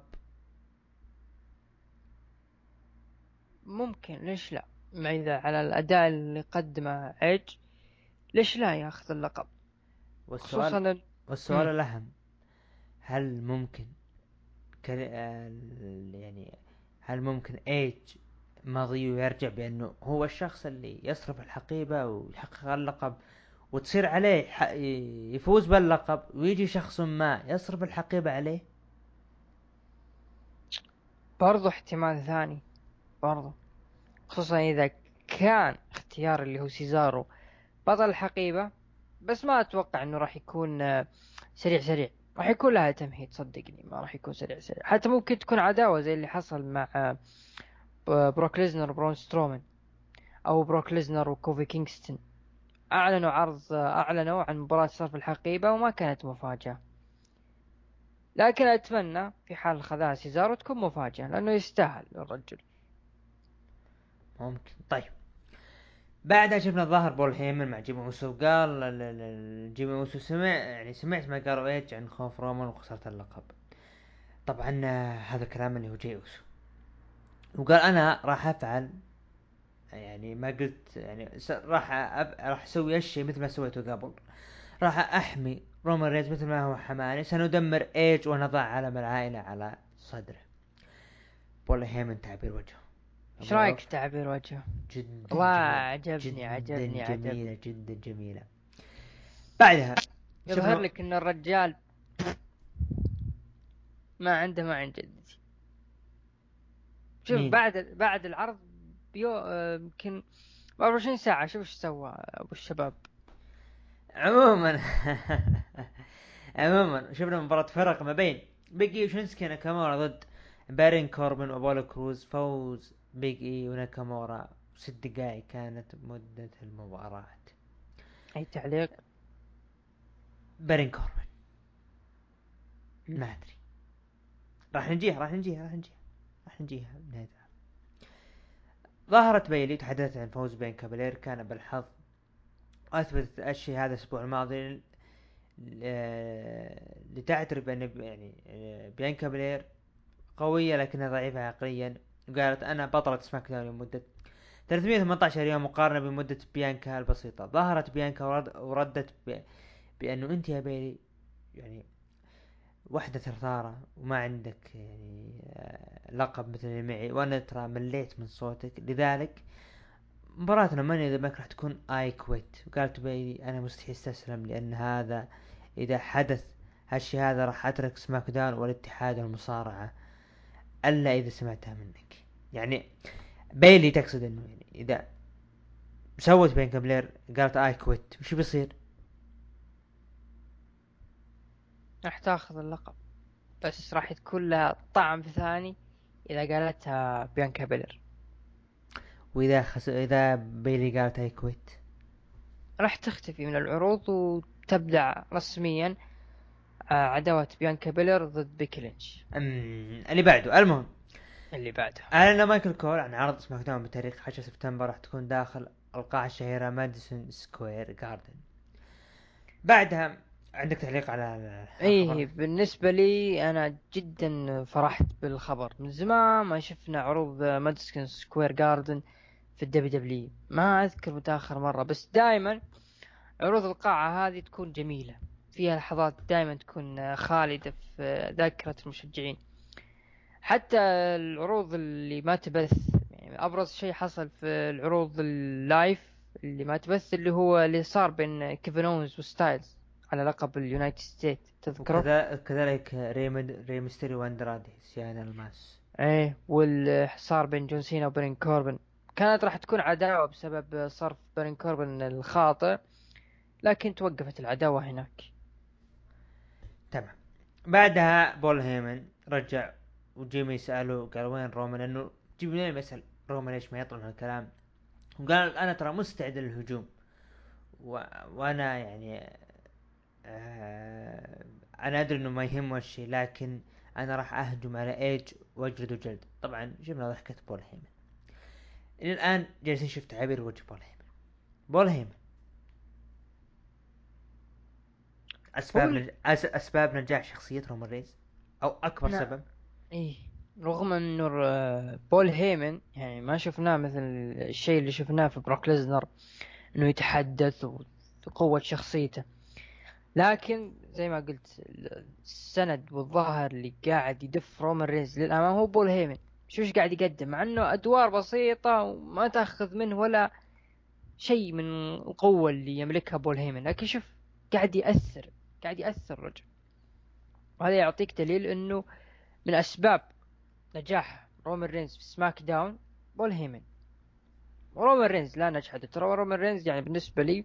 ممكن، ليش لا؟ مع إذا على الأداء اللي قدمه إيدج ليش لا ياخذ اللقب؟ والسؤال خصوصا ال... والسؤال مم. الاهم، هل ممكن كل... آه، يعني هل ممكن ايج ماضيه يرجع بانه هو الشخص اللي يصرف الحقيبة ويحقق اللقب، وتصير عليه ح... يفوز باللقب، ويجي شخص ما يصرف الحقيبة عليه؟ برضو احتمال ثاني، برضو خصوصا إذا كان اختيار اللي هو سيزارو بطل الحقيبة. بس ما أتوقع إنه راح يكون آه، سريع سريع. راح يكون لها تمهيد، صدقني ما راح يكون سريع سريع. حتى ممكن تكون عداوة زي اللي حصل مع آه، بروك ليزنر وبرون سترومان، أو بروك ليزنر وكوفي كينغستون. أعلنوا عرض آه، أعلنوا عن مباراة صرف الحقيبة وما كانت مفاجأة. لكن اتمنى في حال خذها سيزارو تكون مفاجأة لانه يستاهل الرجل. ممكن. طيب بعدها شفنا ظهر بول هيمن مع جيمي اوسو، قال ل- ل- ل- جيمي اوسو سمع يعني سمعت ما قالوا ايج عن خوف رومان وخسارة اللقب. طبعا آه، هذا كلام اللي هو جي اوسو، وقال انا راح افعل يعني ما قلت يعني س- راح أب... راح اسوي الشيء مثل ما سويته قبل، راح احمي رومان رينز مثل ما هو حماني، سندمر ايج ونضع علم العائلة على صدره. بول هيمن تعبير وجهه ايش ابو رايك في عوف تعبير وجهه؟ والله جدا جميل، عجبني جدا عجبني جميلة، عجبني. جدا جميلة. بعدها يظهر شفنا لك ان الرجال ما عنده ما عند جدتي. شوف مين بعد بعد العرض بيو آه، يمكن أربعة وعشرين ساعة شوف ايش سوى ابو الشباب. عموما عموما شفنا مباراة فرق ما بين بيج اي وشينسكي ناكامورا ضد بارين كوربن وابولو كروز. فوز بيج اي وناكامورا، ست دقائق كانت مدة المباراة. اي تعليق؟ بارين كوربن ما ادري، راح نجيها راح نجيها راح نجيها راح نجيها بنهاية العرض. ظهرت بيلي تحدثت عن فوز بين كابلير كان بالحظ، اثبتت الشيء هذا الاسبوع الماضي لتعترف بان يعني بيانكا بلير قوية لكنها ضعيفة عقليا، وقالت انا بطلة سماك داون لمدة ثلاثمية وثمانية عشر يوم مقارنة بمدة بيانكا البسيطة. ظهرت بيانكا ورد وردت ب... بانه انت يا بيلي يعني وحدة ثرثارة وما عندك يعني آه، لقب مثل اللي معي، وانا ترى مليت من صوتك، لذلك مباراتنا ماني اذا راح تكون اي كويت. وقالت بيلي انا مستحيل استسلم، لان هذا اذا حدث هالشي هذا راح اترك سماك داون والاتحاد والمصارعة الا اذا سمعتها منك. يعني بيلي تقصد انه يعني اذا سوت بين كابلير قالت اي كويت وش بيصير؟ راح تاخذ اللقب بس راح تكون لها طعم ثاني اذا قالتها بيانكا بيلر. واذا خس... اذا بيلي قالت اي كويت راح تختفي من العروض وتبدأ رسميا آه، عداوة بيانكا بيلر ضد بيكي لينش. أم... اللي بعده المهم اللي بعده اعلن مايكل كول عن عرض سماك داون بتاريخ عشرة سبتمبر راح تكون داخل القاعة الشهيرة ماديسون سكوير جاردن. بعدها عندك تعليق على الخبر؟ ايه بالنسبة لي انا جدا فرحت بالخبر. من زمان ما شفنا عروض ماديسون سكوير جاردن في الدبليو دبليو، ما اذكر متى اخر مرة، بس دائما عروض القاعة هذه تكون جميلة، فيها لحظات دائما تكون خالدة في ذاكرة المشجعين. حتى العروض اللي ما تبث، يعني ابرز شيء حصل في العروض اللايف اللي ما تبث اللي هو اللي صار بين كيفن اونز وستايلز على لقب اليونايتد ستيت، تذكره؟ وكذلك ريمد ريمستري واندرادي سيان الماس. ايه، واللي صار بين جون سينا وبرين كوربن. كانت راح تكون عداوة بسبب صرف برين كوربن الخاطئ، لكن توقفت العداوة هناك. تمام. بعدها بول هيمن رجع وجيمي سأله قال وين رومان، لأنه جيمي لين يسأل رومان ليش ما يطلع من الكلام، وقال أنا ترى مستعد للهجوم و... وأنا يعني آه... أنا أدري إنه ما يهمه الشيء، لكن أنا راح أهجم على إيج وأجلده جلد. طبعا شفنا ضحكة بول هيمن. إلى الآن جالسين نشوف تعابير وجه بول هيمن. بول هيمن أسباب بول نج... أس... أسباب نجاح شخصية رومان رينز أو أكبر نعم. سبب. ايه، رغم انه ر- بول هيمن يعني ما شفناه مثل الشيء اللي شفناه في بروك ليزنر، انه يتحدث وقوة شخصيته، لكن زي ما قلت السند والظهر اللي قاعد يدف رومان رينز للأمام هو بول هيمن. شو ايش قاعد يقدم مع انه ادوار بسيطة وما تاخذ منه ولا شيء من القوة اللي يملكها بول هيمن، لكن شوف قاعد يأثر، قاعد يأثر رجل. وهذا يعطيك دليل انه من اسباب نجاح رومان رينز في سماك داون بول هيمن. ورومان رينز لا نجحد، ترى رومان رينز يعني بالنسبة لي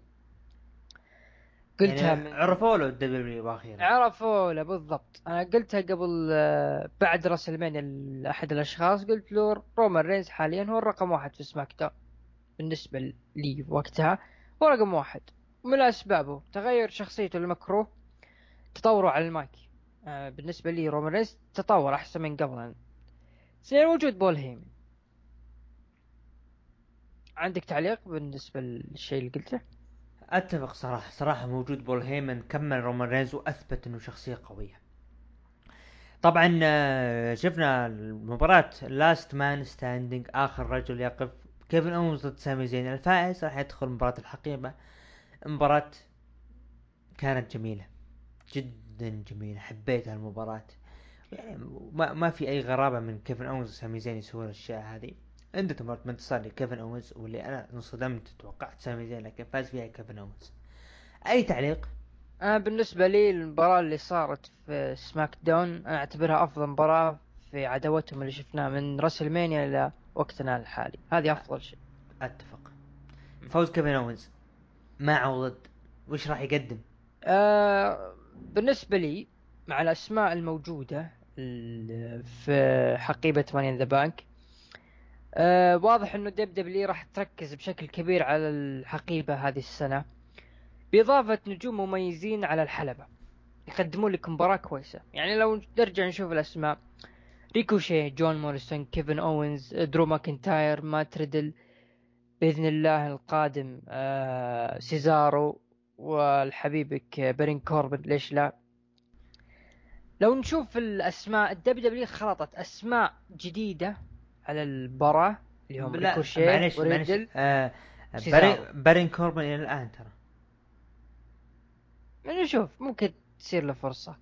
يعني قلتها من عرفوا له الدبليو واخيرا. عرفوا له بالضبط. انا قلتها قبل آه، بعد راسلمانيا لاحد الاشخاص، قلت له رومان رينز حاليا هو الرقم واحد في سماك داون بالنسبة لي وقتها، هو رقم واحد. ومن اسبابه تغير شخصيته المكروه، تطوره على المايك. آه بالنسبة لي رومان رينز تطور أحسن من قبل. اثنين وجود بول هيمن. عندك تعليق بالنسبة للشيء اللي قلته؟ اتفق صراحة، صراحة موجود بول هيمن كمل رومان رينز واثبت انه شخصية قوية. طبعا آه، شفنا المباراة لاست مان ستاندينج، اخر رجل يقف، كيفن اونز ضد سامي زين. الفائز راح يدخل مباراة الحقيبة. مباراة كانت جميلة، جدا جميلة، حبيت هالمباراة. يعني ما, ما في اي غرابة من كيفن اونز وسامي زين يسوون الاشياء هذه. عنده مباراة انتصار لكيفن اونز، واللي انا انصدمت، توقعت سامي زين لكن فاز فيها كيفن اونز. اي تعليق؟ أنا بالنسبة لي المباراة اللي صارت في سماك داون أنا أعتبرها أفضل مباراة في عداوتهم اللي شفناها من راسلمانيا إلى وقتنا الحالي. هذه أفضل شيء. اتفق. فوز كيفن اونز مع وضد، وش راح يقدم؟ أه بالنسبة لي مع الأسماء الموجودة ال- في حقيبة ماني ان ذا بانك، أه واضح إنه دب دبليو راح تركز بشكل كبير على الحقيبة هذه السنة، بإضافة نجوم مميزين على الحلبة يقدمون لك مباراة كويسة. يعني لو نرجع نشوف الأسماء: ريكوشي، جون موريسون، كيفن أوينز، درو ماكنتاير، مات ريدل، بإذن الله القادم آه سيزارو، والحبيبك بارين كوربن، ليش لا. لو نشوف الأسماء، الدبليو دبليو خلطت أسماء جديدة على المباراة اللي هم لا ريكوشي معلش معلش وريدل آه بارين وسيزارو. بارين كوربن الى الان ترى. نشوف ممكن تصير له فرصة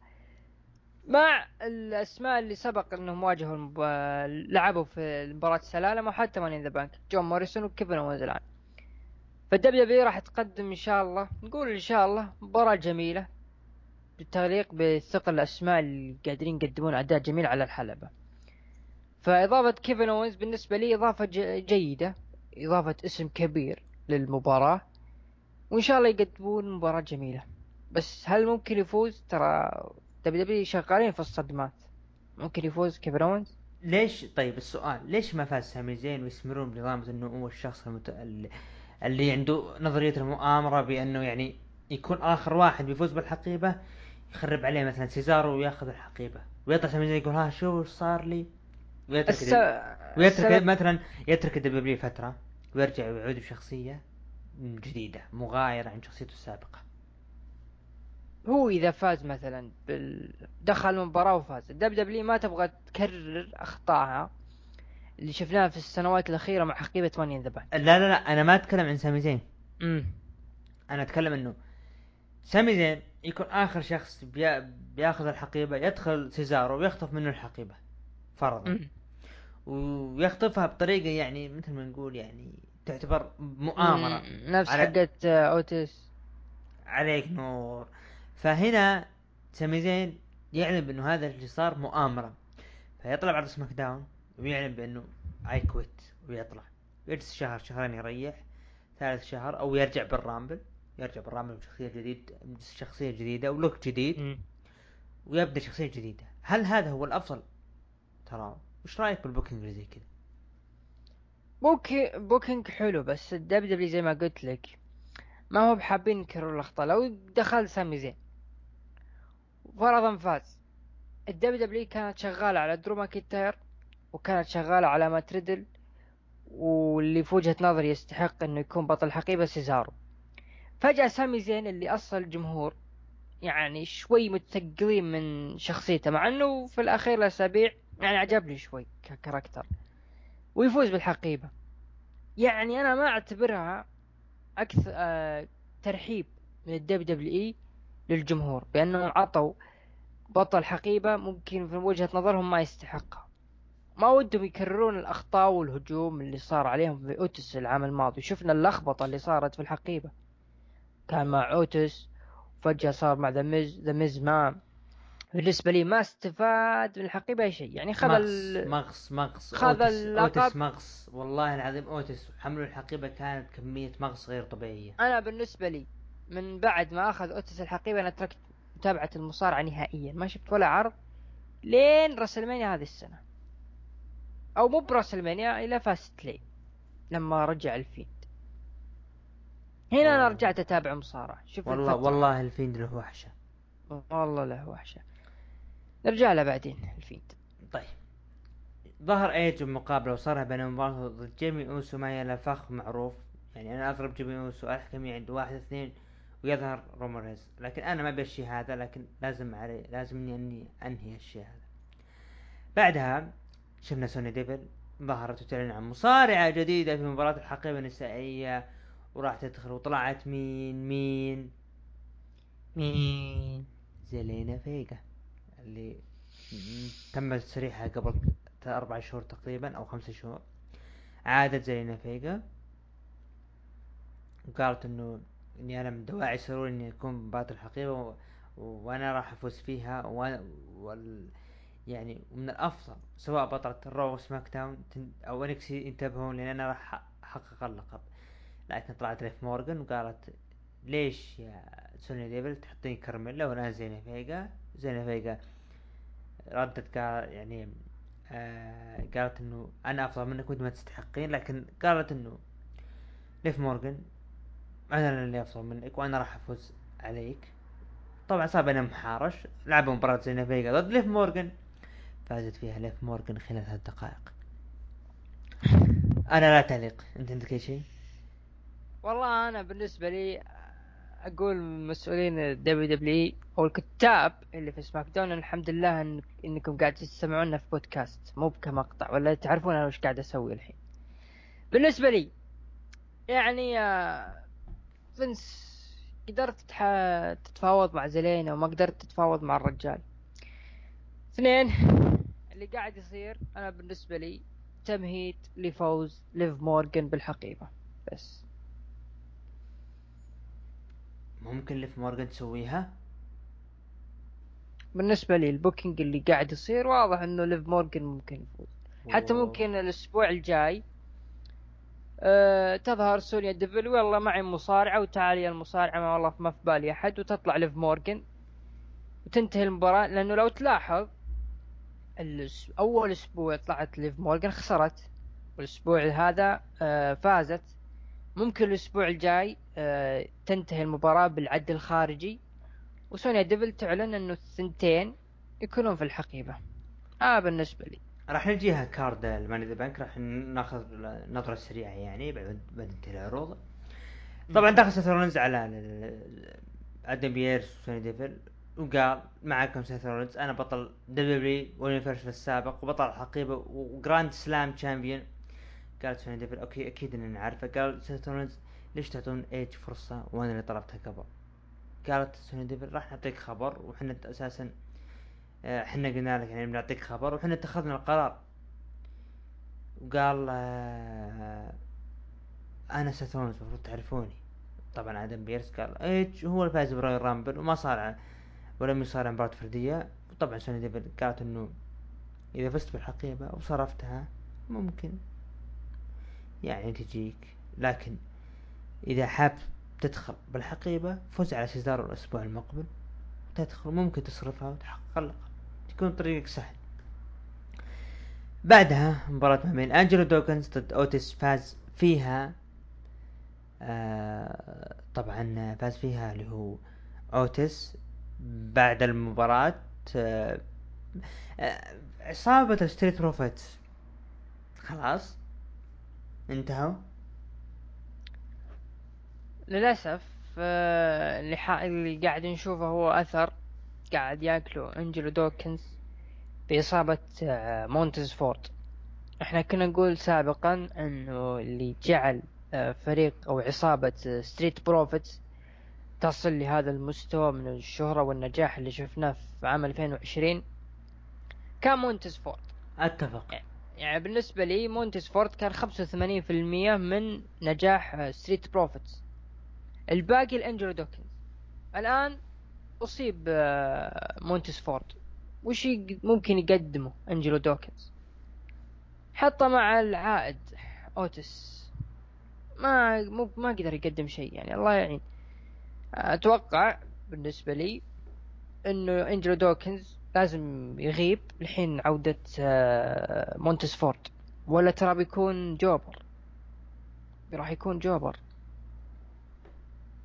مع الاسماء اللي سبق انهم واجهوا المب... لعبوا في مباراة السلالم وحتى ماني ذا بانك، جون موريسون وكيفن اونز الان. فالدبليو دبليو راح تقدم ان شاء الله، نقول ان شاء الله مباراة جميلة بالتغليق بثقل الاسماء اللي قادرين يقدمون اداء جميل على الحلبة. فاضافة كيفن اونز بالنسبة لي اضافة ج... جيدة، اضافة اسم كبير للمباراة، وان شاء الله يقدمون مباراة جميلة. بس هل ممكن يفوز؟ ترى دبليو دبليو شغالين في الصدمات، ممكن يفوز كيفن اونز. ليش؟ طيب السؤال، ليش ما فاز سامي زين ويستمرون بنظام انه هو الشخص المت... اللي عنده نظرية المؤامرة، بانه يعني يكون اخر واحد بيفوز بالحقيبة، يخرب عليه مثلا سيزارو وياخذ الحقيبة، ويطلع سامي زين يقول ها شو وش صار لي، ويترك الس... دل... ويترك السبب مثلا يترك الدبليو فترة، ويرجع ويعود بشخصية جديدة مغايرة عن شخصيته السابقة. هو إذا فاز مثلا بال... دخل المباراة وفاز، الدب دبليو ما تبغى تكرر أخطائها اللي شفناها في السنوات الأخيرة مع حقيبة ماني إن ذا لا بانك. لا لا، انا ما اتكلم عن سامي زين. امم انا اتكلم انه سامي زين يكون اخر شخص بي... بياخذ الحقيبة، يدخل سيزارو ويخطف منه الحقيبة فرضا، امم ويخطفها بطريقة يعني مثل ما نقول يعني تعتبر أمم، مؤامرة. نفس على حقت آه، أوتيس. عليك نور. فهنا سامي زين يعلن بانه هذا اللي صار مؤامرة، فيطلع بعد سماك داون ويعلن بانه اي كويت، ويطلع يجلس شهر شهرين يريح، ثالث شهر او يرجع بالرامبل، يرجع بالرامبل بشخصية جديدة، شخصية جديدة ولوك جديد، امم ويبدأ شخصية جديدة. هل هذا هو الافضل؟ ترى وش رايك بالبوكينج اللي زي كذا؟ بوكي بوكينج حلو، بس الدب دبليو زي ما قلت لك ما هو بحابين يكرروا الأخطاء. لو دخل سامي زين فرضا فاز، الدب دبليو كانت شغالة على درو ماكنتاير وكانت شغالة على مات ريدل، واللي في وجهة نظري يستحق انه يكون بطل حقيبة سيزارو. فجأة سامي زين اللي اصلا الجمهور يعني شوي متثقلين من شخصيته، مع انه في الاخير الاسابيع يعني عجبني شوي ككاركتر، ويفوز بالحقيبة. يعني انا ما اعتبرها اكثر آه ترحيب من الدب دبليو اي للجمهور بانهم عطوا بطل حقيبة ممكن في وجهة نظرهم ما يستحقها. ما ودهم يكررون الأخطاء والهجوم اللي صار عليهم في أوتس العام الماضي. شفنا اللخبطة اللي صارت في الحقيبة، كان مع أوتس وفجأة صار مع ذا ميز. ذا ميز ما بالنسبة لي ما استفاد من الحقيبة أي شيء، يعني خذ مغص ال... مغص مغص خذ اوتس اللقب. اوتس مغص، والله العظيم اوتس حمله الحقيبة كانت كمية مغص غير طبيعية. أنا بالنسبة لي من بعد ما أخذ أوتس الحقيبة أنا تركت متابعة المصارعة نهائيا، ما شفت ولا عرض لين راسلمانيا هذه السنة، أو مو براسلمانيا، إلى فاست لين لما رجع الفيد. هنا أنا والله رجعت أتابع مصارعة، شوف الفترة. والله الفيند له وحشة. والله له وحشة. نرجع له بعدين الفيد. طيب، ظهر ايج بمقابلة وصارها بين مباراة ضد جيمي اوسو ما يلا فخ معروف، يعني انا اضرب جيمي اوسو احكمي عند واحد اثنين ويظهر رومريز، لكن انا ما بشي هذا، لكن لازم علي لازم اني اني انهي الشيء هذا. بعدها شفنا سوني ديفل ظهرت وتعلن عن مصارعة جديدة في مباراة الحقيبة النسائية، وراح تدخل وطلعت مين مين مين؟ زيلينا فيجا، اللي تم تصريحها قبل أربع شهور تقريبا أو خمسة شهور. عادت زيلينا فيجا وقالت إنه إني أنا من دواعي سرور إني أكون مباراة الحقيبة و... وأنا راح أفوز فيها و... وال... يعني ومن الأفضل سواء بطلة الرو سماك داون أو إنكسي انتبهون، لأن أنا راح أحقق اللقب. لكن طلعت ليف مورغان وقالت ليش يا سوني ديفل تحطين كارميلا وانا زينة فيجا. زينة فيجا ردت قال يعني آه قالت انه انا افضل منك وانت ما تستحقين، لكن قالت انه ليف مورغان انا اللي افضل منك وانا راح افوز عليك. طبعا صار بينهم محارش، لعبوا مباراة زينة فيجا ضد ليف مورغان، فازت فيها ليف مورغان خلال ثلاث دقائق. انا لا تعليق، انت عندك اي شيء؟ والله انا بالنسبه لي اقول مسؤولين الدبليو دبليو او الكتاب اللي في سماك داون، الحمد لله إن انكم قاعد تسمعونا في بودكاست مو كمقطع، ولا تعرفون انا وش قاعد اسوي الحين. بالنسبه لي يعني يا فنس، قدرت تتح... تتفاوض مع زلينا وما قدرت تتفاوض مع الرجال. اثنين، اللي قاعد يصير انا بالنسبه لي تمهيد لفوز ليف مورغان بالحقيبه بس. ممكن ليف مورغان تسويها. بالنسبة لي البوكينج اللي قاعد يصير واضح انه ليف مورغان ممكن يفوز. حتى و... ممكن الاسبوع الجاي أه تظهر سونيا ديفل والله معي مصارعة وتعالي المصارعة ما والله ما في بالي احد، وتطلع ليف مورغان وتنتهي المباراة. لانه لو تلاحظ الأس... اول اسبوع طلعت ليف مورغان خسرت، والاسبوع هذا أه فازت. ممكن الاسبوع الجاي أه تنتهي المباراة بالعد الخارجي وسونيا ديفل تعلن انه الثنتين يكونون في الحقيبة. اه بالنسبة لي. راح نجيها كارد الماني ذا بانك، راح ناخذ نظرة سريعة يعني بعد بعد انتهاء العروض. طبعا دخل سيث رولينز على ادم بييرس وسوني ديفل وقال معكم سيث رولينز، انا بطل دبليو واليونيفرس السابق وبطل الحقيبة وجراند سلام تشامبيون. قالت سوني ديفل اوكي اكيد اني نعرفه. قال سيث رولينز ليش تعطون ايج فرصة وانا اللي طلبتها قبل؟ قالت سوني ديفل راح نعطيك خبر، وحنا اساسا احنا قلنا لك يعني بنعطيك خبر وحنا اتخذنا القرار. وقال آه انا سيث رولينز المفروض تعرفوني. طبعا ادم بيرس قال ايج هو الفائز برايل رامبل وما صار ولم يصارع مباراة فردية. وطبعا سوني ديفل قالت انه اذا فزت بالحقيبة وصرفتها ممكن يعني تجيك، لكن اذا حاب تدخل بالحقيبة فوز على سيزارو الاسبوع المقبل تدخل، ممكن تصرفها وتحقق اللقب، تكون طريقك سهل. بعدها مباراة ما بين انجلو دوكنز ضد اوتيس، فاز فيها آه طبعا فاز فيها اللي هو اوتيس. بعد المباراة آه آه عصابة الستريت بروفيت خلاص انتهوا. للأسف آه، اللي, ح... اللي قاعد نشوفه هو أثر قاعد ياكلوا أنجلو دوكنز بإصابة آه، مونتز فورد. احنا كنا نقول سابقا انه اللي جعل آه، فريق او عصابة ستريت بروفيتس تصل لهذا المستوى من الشهرة والنجاح اللي شفناه في عام ألفين وعشرين كان مونتز فورد. اتفق. يعني بالنسبة لي مونتز فورد كان خمسة وثمانين في المية من نجاح ستريت بروفيتس، الباقي الانجلو دوكنز. الآن أصيب آه، مونتس فورد، وش يق- ممكن يقدمه أنجلو دوكنز؟ حطه مع العائد أوتس، ما مو ما قدر يقدم شيء يعني الله يعين. أتوقع بالنسبة لي إنه أنجلو دوكنز لازم يغيب لحين عودة آه، مونتس فورد، ولا ترى بيكون جوبر، راح يكون جوبر.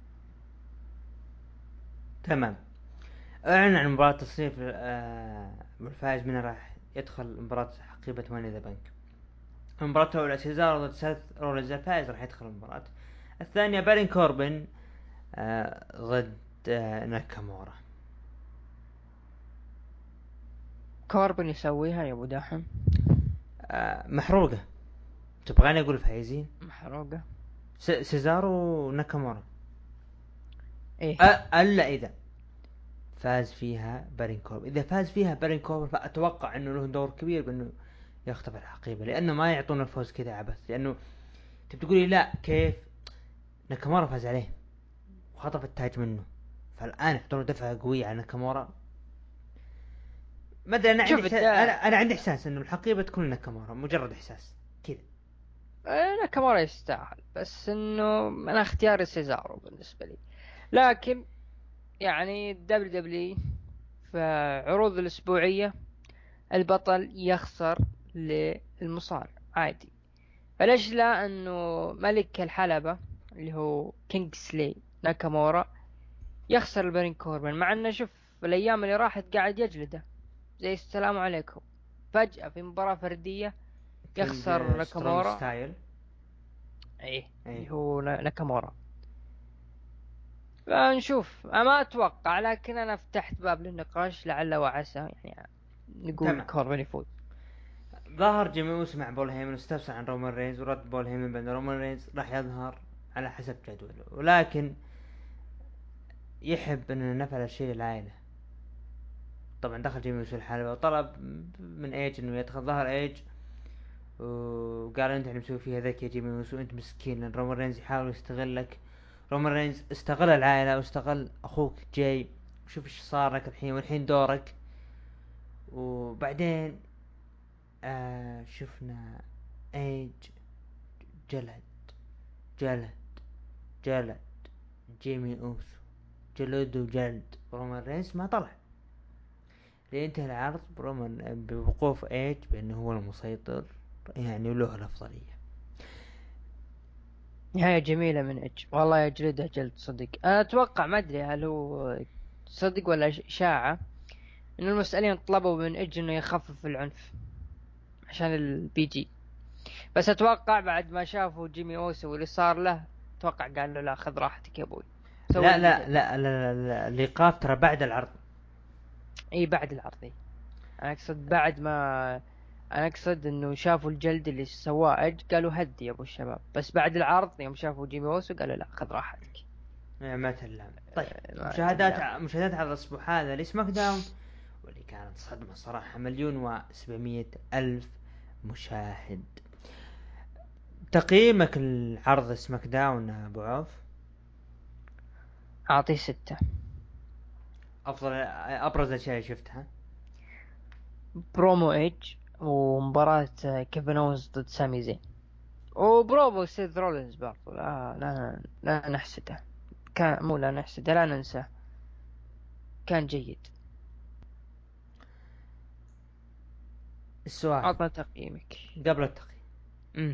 تمام. اعلن عن مباراة تصنيف آه والفائز منها راح يدخل مباراة حقيبة ماني ذا بنك. المباراة الأولى سيزارو ضد سيث رولينز، الفائز راح يدخل المباراة. الثانية بارين كوربن آه ضد آه ناكامورا. كوربن يسويها يا ابو دحم؟ آه محروقة. تبغاني اقول فايزين؟ محروقة. سيزارو وناكامورا. ايه أه الا اذا فاز فيها بارين كوربن. اذا فاز فيها بارين كوربن فاتوقع انه له دور كبير بانه يخطف الحقيبة، لانه ما يعطون الفوز كذا عبث. لانه تبي لا كيف ناكامورا فاز عليه وخطف التاج منه، فالان يحطون دفعة قوية على ناكامورا. ما ادري، انا عندي شوف إحساس، الدا... انا انا عندي احساس انه الحقيبة تكون ناكامورا، مجرد احساس كذا. ناكامورا يستاهل، بس انه انا اختياري سيزارو بالنسبة لي. لكن يعني دبليو دبليو في عروض الاسبوعية البطل يخسر للمصارع عادي. فليش لا انه ملك الحلبة اللي هو كينغسلي ناكامورا يخسر البرين كوربن، مع انه شوف الايام اللي راحت قاعد يجلده زي السلام عليكم. فجأة في مباراة فردية يخسر كينج سترونج ناكامورا. ستايل. ايه اي اللي هو نا- ناكامورا. فنشوف، أنا ما اتوقع، لكن انا فتحت باب للنقاش لعل وعسى يعني نقول تمام. كوربن يفوز. ظهر جيمي اوسو مع بول هيمن واستفسر عن رومان رينز، ورد بول هيمن بان رومان رينز راح يظهر على حسب جدوله، ولكن يحب ان نفعل الشيء للعائلة. طبعا دخل جيمي اوسو الحلبة وطلب من ايج انه يدخل. ظهر ايج وقال انت اللي مسوي فيها ذاك يا جيمي اوسو، انت مسكين، لان رومان رينز يحاول يستغلك. رومان رينز استغل العائلة واستغل اخوك جاي، وشوف ايش صار لك الحين، والحين دورك. وبعدين آه شفنا ايج جلد جلد جلد جيمي اوسو، جلد وجلد رومان رينز، ما طلع. لينتهي العرض برومان بوقوف ايج بانه هو المسيطر يعني وله الافضلية. نهاية جميلة من اج، والله يجلده جلد صدق. انا اتوقع، ما ادري هل هو صدق ولا اشاعة، انه المسؤولين طلبوا من اج انه يخفف العنف عشان البي جي. بس اتوقع بعد ما شافوا جيمي اوسو واللي صار له، اتوقع قال له لا خذ راحتك يا ابوي، سوي لا اللي لا تبي. لا لا, لا, لا. الايقاف ترى بعد العرض. اي بعد العرض. إي. انا اقصد بعد ما انا اقصد انه شافوا الجلد اللي سواه اج، قالوا هدي يا ابو الشباب. بس بعد العرض يوم شافوا جيمي اوسو قالوا لا خذ راحتك. ما تلام. طيب، أه، ما مشاهدات تلام. ع- مشاهدات على الاسبوع هذا لسماك داون، واللي كانت صدمة صراحة. مليون وسبعمية الف مشاهد. تقييمك العرض سماك داون ابو عوف؟ اعطيه ستة. افضل ابرز الاشياء شفتها. برومو ايج، ومباراة كيفن اونز ضد سامي زين، وبرومو سيث رولينز برضو. لا لا لا نحسده، كان مو لا نحسده، لا ننساه، كان جيد. السؤال عطنا تقييمك. قبل التقييم، امم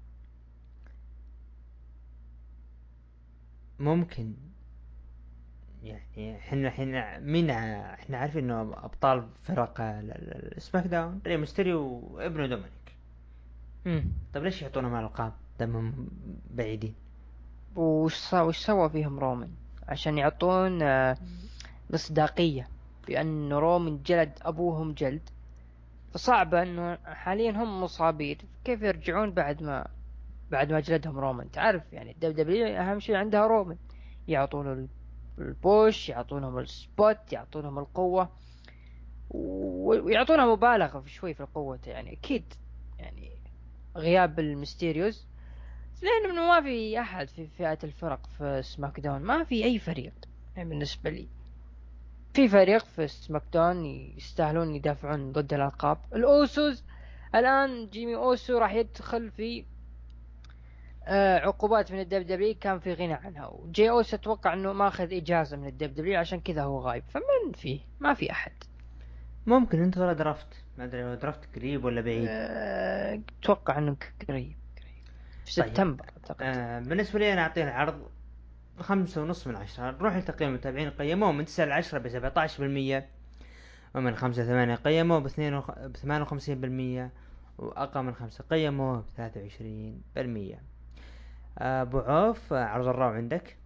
ممكن يعني احنا احنا مين ع- احنا عارفين انه ابطال فرق ال- ال- السماك داون ري ميستيريو وابنه دومينيك. امم طيب ليش يعطونهم القاب دمهم بعيدين؟ وش سا- وش سوى فيهم رومان عشان يعطون آه، مصداقية بأن رومان جلد أبوهم جلد؟ فصعب أنه حاليا هم مصابين، كيف يرجعون بعد ما بعد ما جلدهم رومان؟ تعرف يعني الدب دبليو أهم شيء عندها رومان، يعطونه ال- البوش، يعطونهم السبوت، يعطونهم القوة، و- ويعطونها مبالغة في شوي في القوة يعني أكيد. يعني غياب الميستيريوز، لأنه ما في أحد في فئة الفرق في سماك داون، ما في أي فريق يعني بالنسبة لي. في فريق في سماك داون يستاهلون يدافعون ضد الألقاب، الأوسوس. الآن جيمي أوسو راح يدخل في آه، عقوبات من الدب دبليو، كان في غنى عنها. وجي أوسو أتوقع أنه ماخذ إجازة من الدب دبليو عشان كذا هو غايب. فمن فيه؟ ما في أحد. ممكن انتظر درافت، ما ادري هو درافت قريب ولا بعيد. آه، أتوقع أنه قريب قريب في طيب سبتمبر أعتقد. آه بالنسبة لي انا اعطيه العرض خمسة ونص من عشرة. نروح لتقييم المتابعين، قيموه من تسعة لعشرة بسبعة عشر بالمية، ومن خمسة ثمانية قيمه باثنين وخ... بثمانية وخمسين بالمية، وأقل من خمسة قيمه بثلاثة وعشرين بالمية. أبو عوف، عرض الرو عندك؟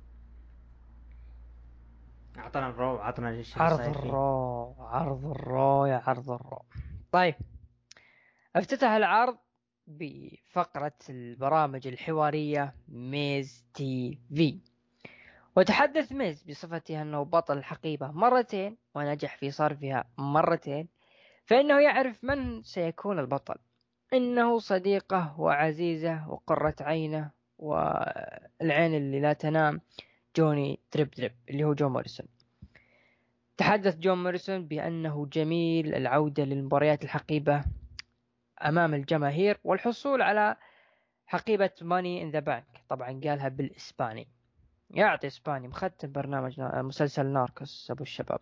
أعطنا الرو، عطنا ايش اللي عرض صاير فيه. الرو، عرض الرو يا عرض الرو. طيب، افتتح العرض بفقرة البرامج الحوارية ميز تي في، وتحدث ميز بصفته أنه بطل الحقيبة مرتين ونجح في صرفها مرتين، فإنه يعرف من سيكون البطل، إنه صديقه وعزيزه وقرة عينه والعين اللي لا تنام، جوني دريب دريب اللي هو جون موريسون. تحدث جون موريسون بأنه جميل العودة للمباريات الحقيبة أمام الجماهير والحصول على حقيبة ماني إن ذا بانك. طبعا قالها بالإسباني، يعطي إسباني، مختم برنامج مسلسل ناركوس أبو الشباب.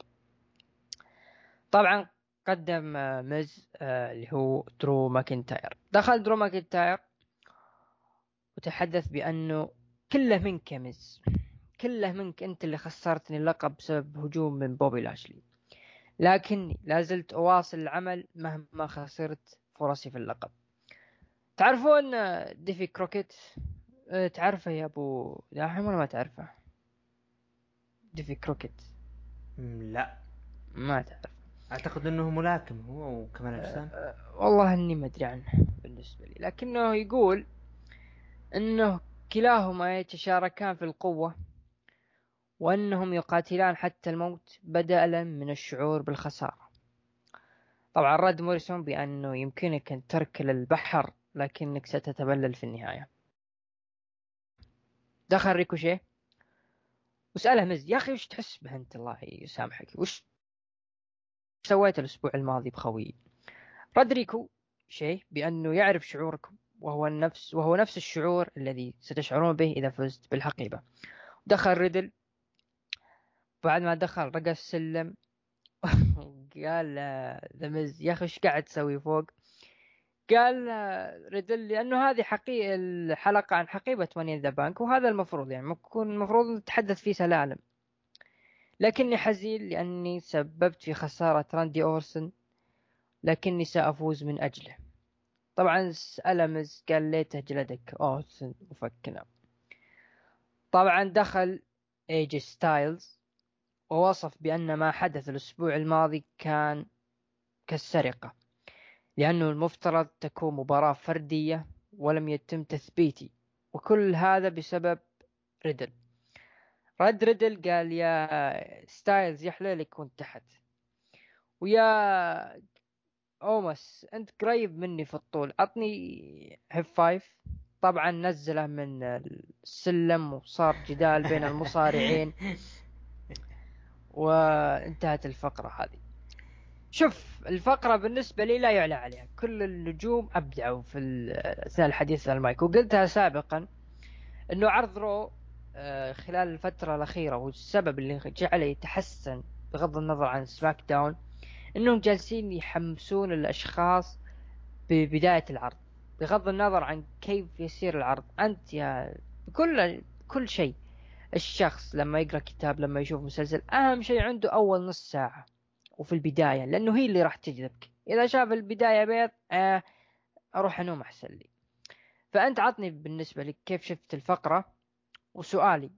طبعا قدم ميز اللي هو درو ماكنتاير. دخل درو ماكنتاير وتحدث بأنه كله منك يا ميز، كله منك، أنت اللي خسرتني اللقب بسبب هجوم من بوبي لاشلي، لكني لازلت أواصل العمل مهما خسرت فرصي في اللقب. تعرفون ديفي كروكيت؟ أه تعرفه يا أبو داحم ولا ما تعرفه؟ ديفي كروكيت لا، ما تعرف؟ أعتقد أنه ملاكم هو وكمال أه أجسام. أه والله إني ما أدري عنه بالنسبة لي، لكنه يقول أنه كلاهما يتشاركان في القوة، وأنهم يقاتلان حتى الموت بدلا من الشعور بالخسارة. طبعا رد موريسون بأنه يمكنك أن تركل البحر لكنك ستتبلل في النهاية. دخل ريكوشيه وسأله مز، يا أخي وش تحس به أنت الله يسامحك، وش سويت الأسبوع الماضي بخوي؟ رد ريكو شيء بأنه يعرف شعوركم، وهو النفس وهو نفس الشعور الذي ستشعرون به إذا فزت بالحقيبة. دخل ريدل، بعد ما دخل رقى السلم قال ذا مز، يا أخي وش قاعد تسوي فوق؟ قال ريدل لأنه هذه حقيقة الحلقة عن حقيبة ماني ذا بانك، وهذا المفروض يعني مكون المفروض نتحدث فيه سلالم، لكني حزين لأني سببت في خسارة راندي أورسن، لكني سأفوز من أجله. طبعا سأل مز، قال ليته جلدك أورسن وفكنا. طبعا دخل ايجي ستايلز ووصف بأن ما حدث الأسبوع الماضي كان كالسرقة، لأنه المفترض تكون مباراة فردية ولم يتم تثبيتي، وكل هذا بسبب ريدل. رد ريدل قال يا ستايلز يا حليلك وانت تحت، ويا اومس انت قريب مني في الطول، عطني هيف فايف. طبعا نزله من السلم وصار جدال بين المصارعين وانتهت الفقرة هذه. شوف، الفقرة بالنسبة لي لا يعلى عليها، كل النجوم أبدعوا في أثناء الحديث عن المايك، وقلتها سابقا أنه عرض رو خلال الفترة الأخيرة والسبب اللي جعله يتحسن بغض النظر عن سماك داون أنهم جالسين يحمسون الأشخاص ببداية العرض، بغض النظر عن كيف يسير العرض. أنت يا كل كل شيء، الشخص لما يقرأ كتاب، لما يشوف مسلسل، أهم شيء عنده أول نص ساعة وفي البداية، لأنه هي اللي راح تجذبك. إذا شاف البداية بيض آه أروح أنوم أحسن لي. فأنت عطني بالنسبة لك كيف شفت الفقرة. وسؤالي،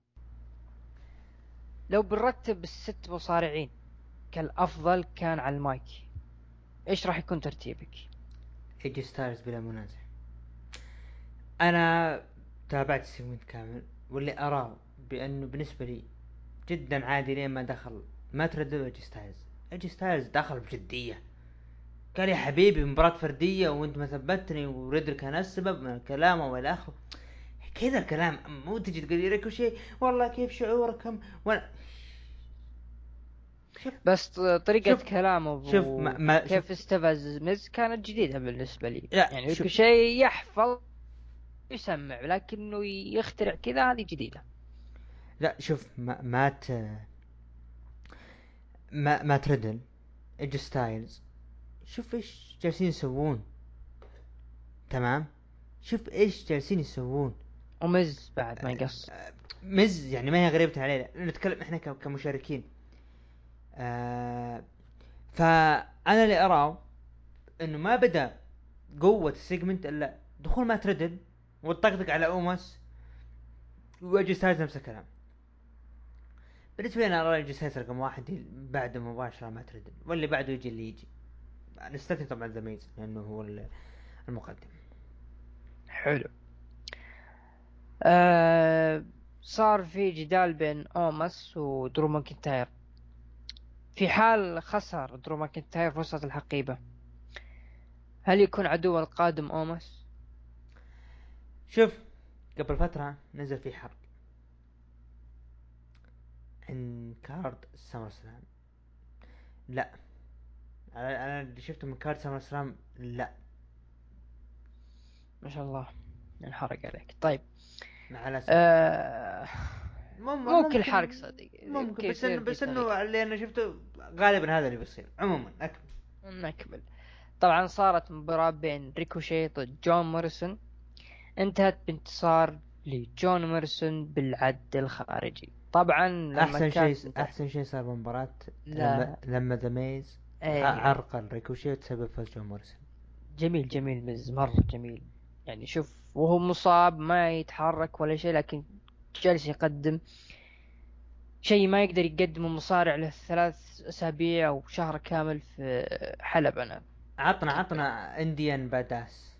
لو بنرتب الست مصارعين كالأفضل كان على المايك، إيش راح يكون ترتيبك؟ ايجي ستايلز بلا منازع. أنا تابعت السيجمنت كامل، واللي أراه بأنه بالنسبة لي جدا عادي لين ما دخل ما تردد ايجي ستايلز. ايجي ستايلز دخل بجدية، قال يا حبيبي مباراة فردية وانت ما ثبتني، وريدل كان السبب من الكلام والى اخره. كذا الكلام، مو تجي تقول لي ريكوشي والله كيف شعوركم ولا. شوف بس طريقة شوف كلامه شوف ما, ما شوف وكيف استفز ميز كانت جديدة بالنسبة لي. لا يعني شوف ريكوشي يحفظ يسمع، لكنه يخترع كذا هذه جديدة. لا شوف ما ما ت... ما, ما تردل ايجي ستايلز. شوف ايش جالسين يسوون، تمام؟ شوف ايش جالسين يسوون. ومز بعد ما يقص. مز يعني ما هي غريبة علينا، نتكلم احنا ك- كمشاركين. آه فانا اللي اراه انه ما بدا قوه السيجمنت الا دخول ما تردد والطقطق على اومس، ويجي ستايلز نفس الكلام. بالنسبه لي انا ارى يجي ستايلز رقم واحد بعد مباشره ما تردد، واللي بعده يجي اللي يجي. نستثني طبعا ذا ميز لانه هو المقدم. حلو. آه صار في جدال بين اومس ودرو ماكنتاير. في حال خسر درو ماكنتاير فرصة الحقيبة، هل يكون عدو القادم اومس؟ شوف، قبل فتره نزل في حرق عن كارد سمر سلام. لا، انا اللي شفته من كارد سمر سلام لا. ما شاء الله انحرق عليك. طيب مع الاسف. آه مم مو كل ممكن حرق صدق، ممكن يمكن بس يصير انه في بس انه تغيير. اللي انا شفته غالبا هذا اللي بيصير. عموما اكمل. نكمل. طبعا صارت مباراة بين ريكوشي ضد جون موريسون، انتهت بانتصار لجون موريسون بالعد الخارجي. طبعا لما احسن شيء كانت احسن شيء صار بالمباراة لما لا لما ذا ميز ايه عرقل ريكوشي وتسبب فوز جون موريسون. جميل جميل مز مرة جميل. يعني شوف وهو مصاب ما يتحرك ولا شيء، لكن جالس يقدم شيء ما يقدر يقدمه المصارع له ثلاث أسابيع أو شهر كامل في حلب. أنا عطنا عطنا انديان باداس.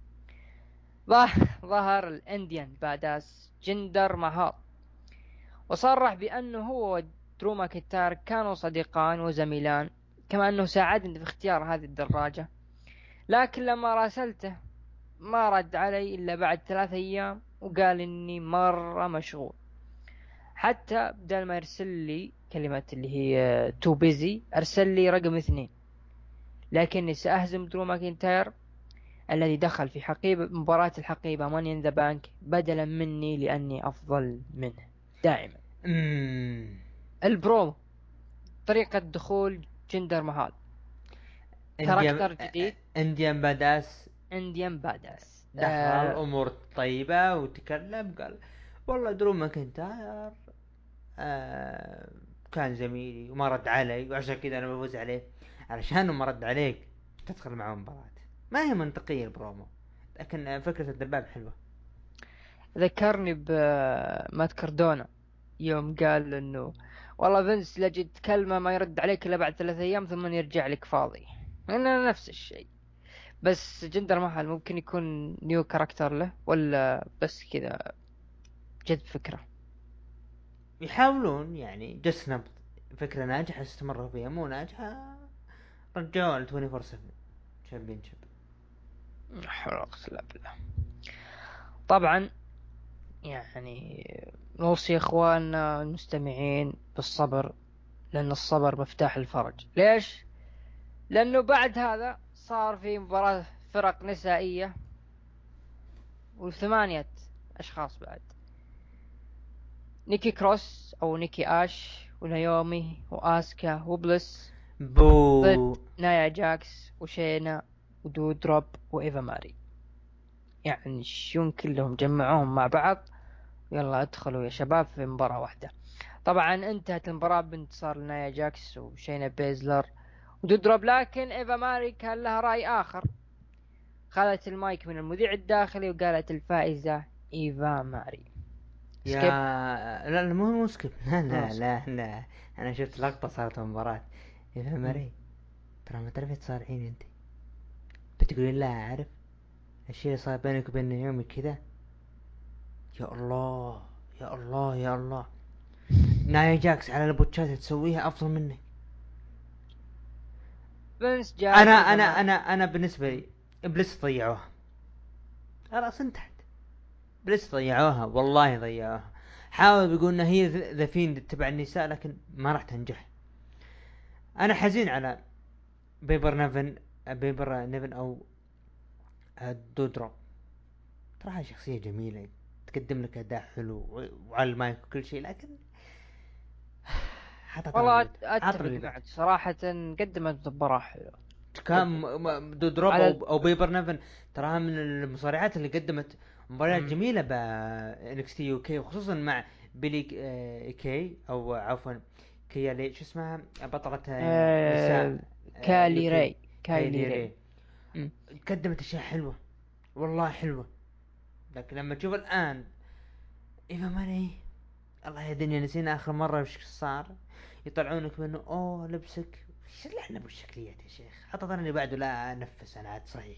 ظهر الإنديان باداس جندر مهار، وصرح بأنه هو ودرو ماكنتاير كانوا صديقان وزميلان، كما أنه ساعدني في اختيار هذه الدراجة، لكن لما راسلته ما رد علي إلا بعد ثلاثة أيام وقال إني مرة مشغول. حتى بدل ما يرسل لي كلمة اللي هي تو بيزي أرسل لي رقم اثنين، لكني سأهزم درو ماكنتاير الذي دخل في حقيبة مباراة الحقيبة ماني ان ذا بانك بدلا مني لأني أفضل منه دائما. امم البرومو طريقة دخول جندر مهال، انديان كاركتر جديد انديان باداس انديان باداس. دخل آه امور طيبة وتكلم قال والله درو ماكنتاير آه كان زميلي وما رد علي وعشان كذا انا بفوز عليه. علشان ما رد عليك تدخل معه مباراة ما هي منطقية البرومو، لكن فكرة الدباب حلوة. ذكرني بمات كاردونا يوم قال انه والله فينس لجد كلمة ما يرد عليك الا بعد ثلاثة ايام ثم يرجع لك فاضي. انا نفس الشيء، بس جندر محل ممكن يكون نيو كاركتر له ولا بس كذا جد فكرة. يحاولون يعني جس نبض فكرة ناجحة استمروا فيها، مو ناجحة رجعوا ل أربعة وعشرين سبعة شامبيونشيب. حول ولا قوة إلا بالله. طبعا يعني نوصي اخواننا المستمعين بالصبر، لان الصبر مفتاح الفرج. ليش؟ لانه بعد هذا صار في مباراة فرق نسائية وثمانية اشخاص بعد، نيكي كروس او نيكي اش ونايومي واسكا وبلس ضد بو نايا جاكس وشينا ودودروب وايفا ماري. يعني شون كلهم جمعوهم مع بعض، يلا ادخلوا يا شباب في مباراة واحدة. طبعا انتهت المباراة بانتصار نايا جاكس وشينا بيزلر ودودروب، لكن ايفا ماري كان لها رأي اخر، خذت المايك من المذيع الداخلي وقالت الفائزة ايفا ماري. يا سكيب. لا لا مو مو سكيب لا مو لا سكيب. لا لا. انا شفت لقطة صارت في المباراة. يا مري ترى ما تعرفي تصارعين انت، بتقولين لا اعرف الشيء اللي صار بينك وبين يومي كذا. يا الله يا الله يا الله، نايا جاكس على البوتشات تسويها افضل مني. فينس انا جاب ايفا انا ماري. انا انا بالنسبة لي ابليس ضيعوها، خلاص انتهت. بلس ضيعوها والله ضيعوها. حاول بيقول انها هي ذا فيند تبع النساء لكن ما راح تنجح. انا حزين على بيبر نيفن بيبر نيفن او دودرو. تراها شخصية جميلة تقدم لك اداء حلو وعلى المايك وكل شيء، لكن حتى طلب والله اللي أت- عطنا اتفق اللي بعد. معك صراحة، قدمت مباراة حلوة كان جدا. م- دودروب على او او بيبر نيفن تراها من المصارعات اللي قدمت مباريات ال... جميلة ب انكس تي يو كي، وخصوصا مع بيلي آه، كي او عفوا كيا لي شو اسمها بطلة آه، نساء آه... كالي يو كي. راي كايلي راي. مم. قدمت اشياء حلوه، والله حلوه، لكن لما تشوف الان ايفا ماني، الله يا دنيا نسينا اخر مره وش صار. يطلعونك بانه اوه لبسك، ايش اللي احنا بالشكليات يا شيخ، حتى ظني اللي بعده لا انفس انا عاد صحيح.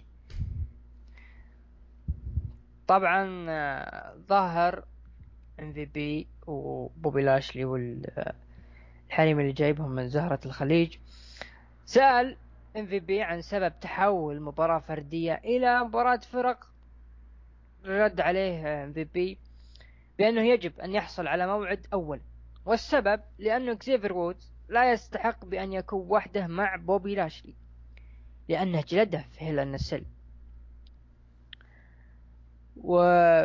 طبعا آه، ظهر ام في بي وبوبي لاشلي والحريم اللي جايبهم من زهرة الخليج. سأل ام في بي عن سبب تحول مباراة فردية الى مباراة فرق. رد عليه ام في بي بأنه يجب أن يحصل على موعد أول، والسبب لأنه كزيفر وودز لا يستحق بأن يكون وحده مع بوبي لاشلي لأنه جلده في هيل إن السل. و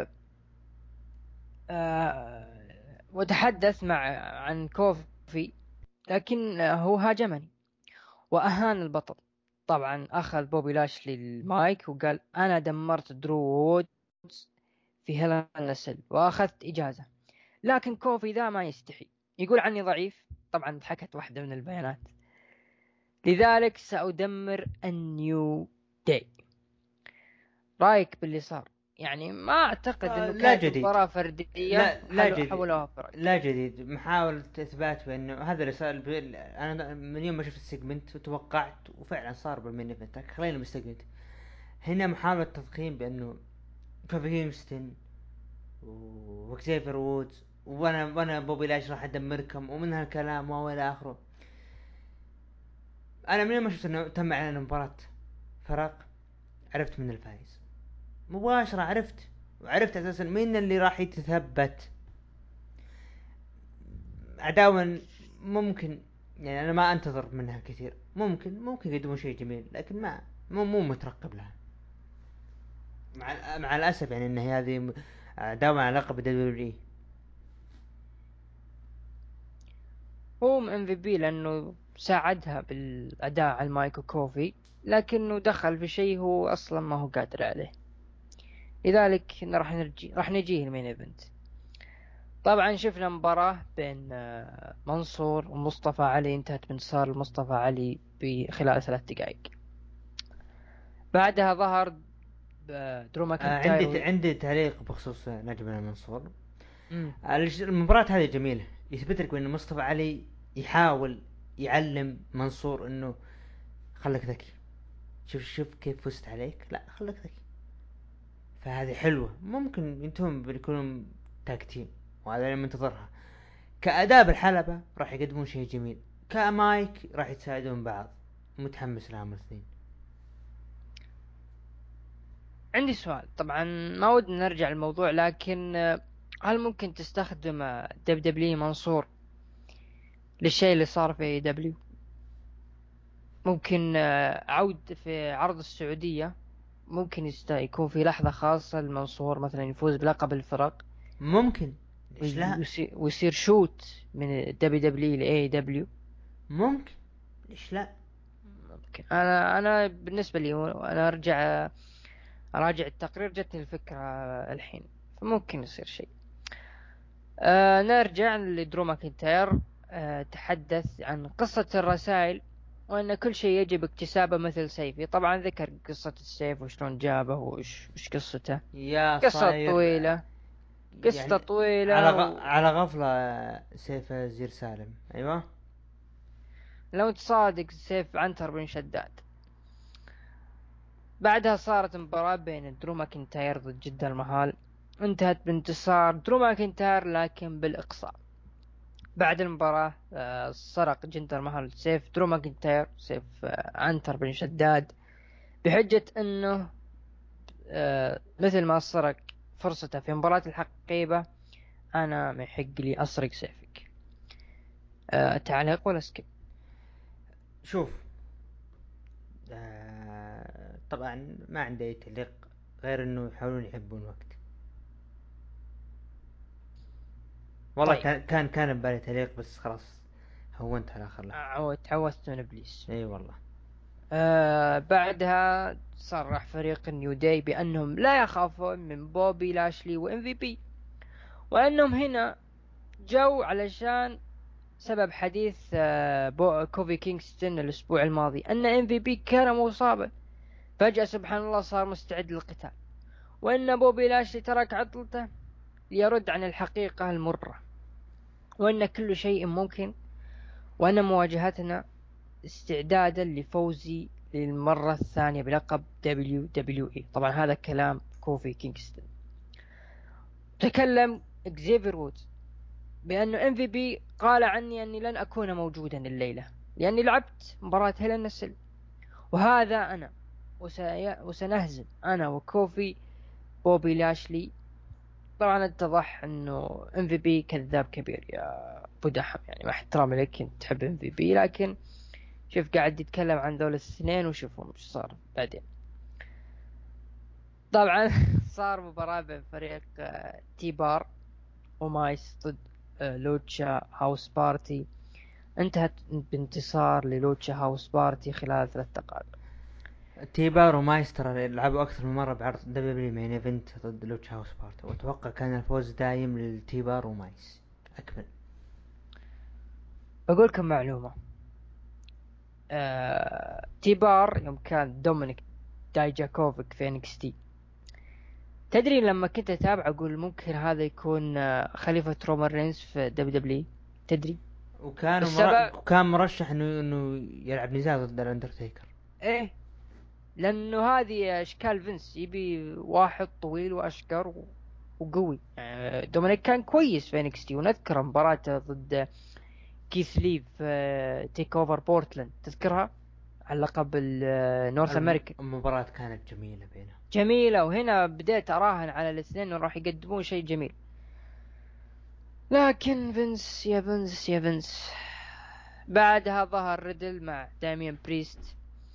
آه... وتحدث مع عن كوفي، لكن هو هاجمني وأهان البطل. طبعا أخذ بوبي لاشلي المايك وقال أنا دمرت درو وودز في هيل إن السل وأخذت إجازة، لكن كوفي ذا ما يستحي، يقول عني ضعيف. طبعا ضحكت واحدة من البيانات، لذلك سأدمر النيو داي. رايك باللي صار؟ يعني ما أعتقد آه أنه لا كانت جديد، مباراة فردية لا لا وحلو جديد، حولوها فرق. لا جديد، محاولة إثبات بأنه هذا اللي صار بال... أنا من يوم ما شفت السيجمنت وتوقعت وفعلا صار بالمين إيفنت، خلينا بالسيجمنت. هنا محاولة تضخيم بأنه كوفي كينغستون وكزيفر وودز وانا وانا بوبي لاش راح ادمركم ومن هالكلام والى اخره. انا من يوم ما شفت انه تم اعلان مباراة فرق عرفت من الفايز مباشرة، عرفت وعرفت اساسا مين اللي راح يتثبت. عداوة ممكن يعني انا ما انتظر منها كثير، ممكن ممكن يقدمون شيء جميل لكن ما مو مو مترقب لها. مع مع الاسف يعني ان هذه عداوة على لقب دبليو اي. هو ام في بي لأنه ساعدها بالأداء على المايك وكوفي، لكنه دخل في شيء هو أصلا ما هو قادر عليه، لذلك راح نرجي راح نجيه المين ايفنت. طبعا شفنا مباراة بين آه، منصور ومصطفى علي، انتهت بانتصار مصطفى علي بخلال ثلاث دقائق. بعدها ظهر آه، درو آه ماكنتاير عندي و... عندي تعليق بخصوص نجم المنصور. مم. المباراة هذه جميلة، يثبت لك ان مصطفى علي يحاول يعلم منصور انه خلك ذكي، شوف شوف كيف فزت عليك، لا خلك ذكي. فهذه حلوة، ممكن انتم بيكونوا تاكتيم وهذا اللي منتظرها. كأداء بالحلبة راح يقدمون شيء جميل، كمايك راح يتساعدون بعض، متحمس لهم الاثنين. عندي سؤال، طبعا ما ودنا نرجع للموضوع، لكن آه، هل ممكن تستخدم آه، دب دبليو منصور للشيء اللي صار في دبليو؟ ممكن آه، عود في عرض السعودية، ممكن يست... يكون في لحظة خاصة لمنصور مثلا يفوز بلقب الفرق، ممكن، ليش لا؟ ويصير, ويصير شوت من دبليو دبليو لاي دبليو. ممكن، ليش لا؟ ممكن. انا انا بالنسبة لي انا ارجع اراجع التقرير، جتني الفكرة الحين، فممكن يصير شيء. آه نرجع لدرو ماكنتاير. آه تحدث عن قصة الرسائل وأن كل شيء يجب اكتسابه مثل سيفي. طبعا ذكر قصة السيف وشلون جابه وش وش قصته. يا قصة صاير طويلة، قصة يعني على طويلة غ... و... على غفلة سيف زير سالم، ايوه. لو تصادق سيف عنتر بن شداد. بعدها صارت مباراة بين درو ماكنتاير ضد جدة المهال، انتهت بانتصار درو ماكنتاير لكن بالإقصاء. بعد المباراة آه، سرق جندر مهال سيف درو ماكنتاير سيف آه، عنتر بن شداد بحجة انه آه، مثل ما سرق فرصته في مباراة الحقيبة، انا ما يحق لي اسرق سيفك. أه تعليق ولا سكيب؟ شوف، آه طبعا ما عندي اي تعليق غير انه يحاولون يحبون وقت. والله طيب، كان كان كان ببالي تعليق بس خلاص هونت على اخر لحظة. عود تعوذت من ابليس. اي والله. أه بعدها صرح فريق النيو داي بانهم لا يخافون من بوبي لاشلي وام في بي، وانهم هنا جو علشان سبب حديث آه، بو كوفي كينغستون الأسبوع الماضي أن ام في بي كان مصابا، فجأة سبحان الله صار مستعد للقتال، وأن بوبي لاشلي ترك عطلته ليرد عن الحقيقة المرة، وأن كل شيء ممكن، وأن مواجهتنا استعدادا لفوزي للمرة الثانية بلقب دبليو دبليو اي. طبعا هذا كلام كوفي كينغستون. تكلم اكزيفير وودز بأنه ام في بي قال عني أني لن أكون موجودا الليلة لأني لعبت مباراة هيل إن سيل، وهذا أنا، وسي... وسنهزم أنا وكوفي بوبي لاشلي. طبعا اتضح انه ام في بي كذاب كبير يا ابو دحم، يعني مع احترامي لك انت تحب ام في بي، لكن شوف قاعد يتكلم عن ذول الاثنين وشوفهم ايش صار بعدين. طبعا صار مباراة بين فريق آه، تي بار ومايس ضد آه، لوتشا هاوس بارتي، انتهت بانتصار للوتشا هاوس بارتي خلال ثلاث دقائق. تيبار ومايستر لعبوا اكثر من مره بعرض دبليو دبليو مين ايفنت ضد لوتش هاوس بارتا، واتوقع كان الفوز دايم للتيبار ومايس. اكمل. بقول لكم معلومة، آه... تي بار يوم كان دومينيك دايجاكوفيك في انكس تي، تدري لما كنت اتابع اقول ممكن هذا يكون آه، خليفة رومان رينز في دبليو دبليو، تدري وكان مر... السبب؟ كان مرشح انه انه يلعب نزال ضد الاندرتيكر. ايه، لانه هذه اشكال فينس، يبي واحد طويل واشقر و... وقوي. يعني دومينيك كان كويس في انكس تي، ونذكر مباراته ضد كيث لي في تيك اوفر بورتلاند، تذكرها على لقب النورث الم... امريكا، المباراة كانت جميلة بينهم. جميلة. وهنا بديت اراهن على الاثنين انه راح يقدمون شيء جميل، لكن فينس يا فينس يا فينس. بعدها ظهر ريدل مع داميان بريست،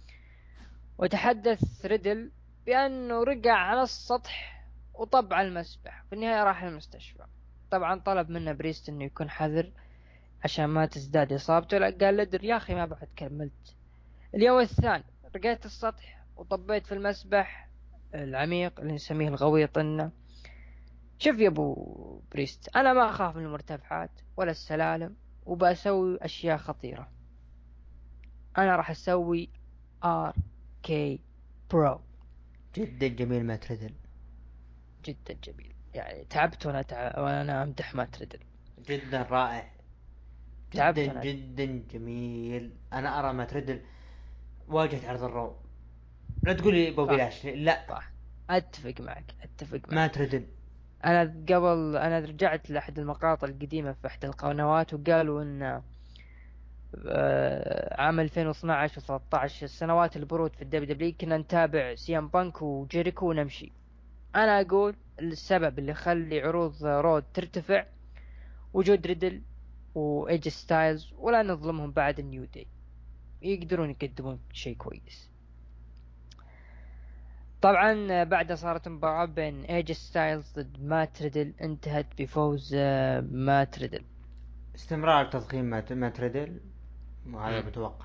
وتحدث ريدل بأنه رجع على السطح وطب على المسبح، في النهاية راح المستشفى. طبعا طلب منه بريست انه يكون حذر عشان ما تزداد اصابته، لا قال لدر يا اخي ما بعد كملت. اليوم الثاني رجعت السطح وطبيت في المسبح العميق اللي نسميه الغويط. انه شوف يا ابو بريست، انا ما اخاف من المرتفعات ولا السلالم، وبسوي اشياء خطيرة. انا راح اسوي ار كي برو. جدا جميل ما تريدل. جدا جميل، يعني تعبت وانا تع... وانا امدح ما تريدل. جدا رائع. جدا تعبت وانا. جدا جميل. انا ارى ما تريدل واجهة عرض الرو. لا تقولي بوبي صح، لاشلي، لا. صح، اتفق معك اتفق ما معك. تريدل. انا قبل انا رجعت لاحد المقاطع القديمة في احد القنوات، وقالوا ان آه، عام ألفين واثناشر و13 السنوات البرود في الدبليو دبليو كنا نتابع سيام بانك وجيريكو ونمشي. انا اقول السبب اللي يخلي عروض رود ترتفع وجود ريدل وايج ستايلز، ولا نظلمهم بعد النيو داي، يقدرون يقدمون شيء كويس. طبعا بعدها صارت مباراة بين ايج ستايلز ضد مات ريدل، انتهت بفوز آه، مات ريدل. استمرار تضخيم ما ما تريدل، وهذا مم. بتوقع.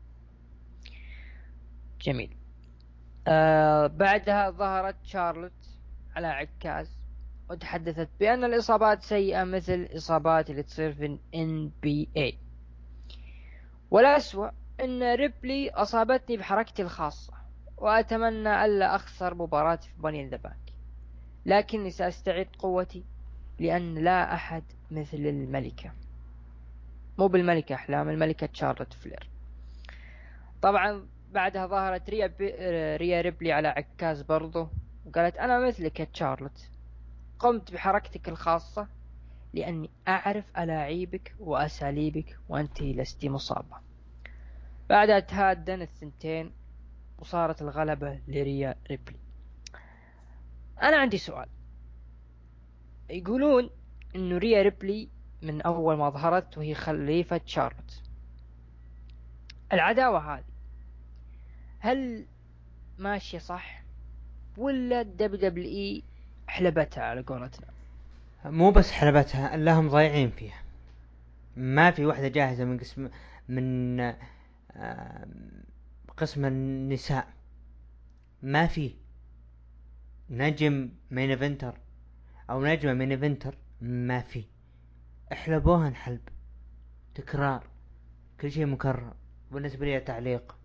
جميل. آه بعدها ظهرت شارلوت على عكاز، وتحدثت بأن الإصابات سيئة مثل الإصابات اللي تصير في ال إن بي إيه، والأسوأ أن ريبلي أصابتني بحركتي الخاصة، وأتمنى ألا أخسر مباراتي في بني ذا بانك، لكني سأستعيد قوتي لأن لا أحد مثل الملكة. مو بالملكة أحلام، الملكة شارلوت فلير. طبعا بعدها ظهرت ريا, بي... ريا ريبلي على عكاز برضه، وقالت أنا مثلك يا شارلوت، قمت بحركتك الخاصة لأني أعرف ألاعيبك وأساليبك وأنت لست مصابة. بعدها تهادن الثنتين وصارت الغلبة لريا ريبلي. أنا عندي سؤال. يقولون إنه ريا ريبلي من أول ما ظهرت وهي خليفة شارلوت، العداوة هذه هل ماشية صح ولا دبليو دبليو اي حلبتها على قولتنا؟ مو بس حلبتها، لهم ضايعين فيها. ما في واحدة جاهزة من قسم من آه، قسم النساء. ما في نجم مين ايفنتر او نجمة مين ايفنتر. ما في. احلبوها حلب. تكرار، كل شيء مكرر. بالنسبة لي تعليق.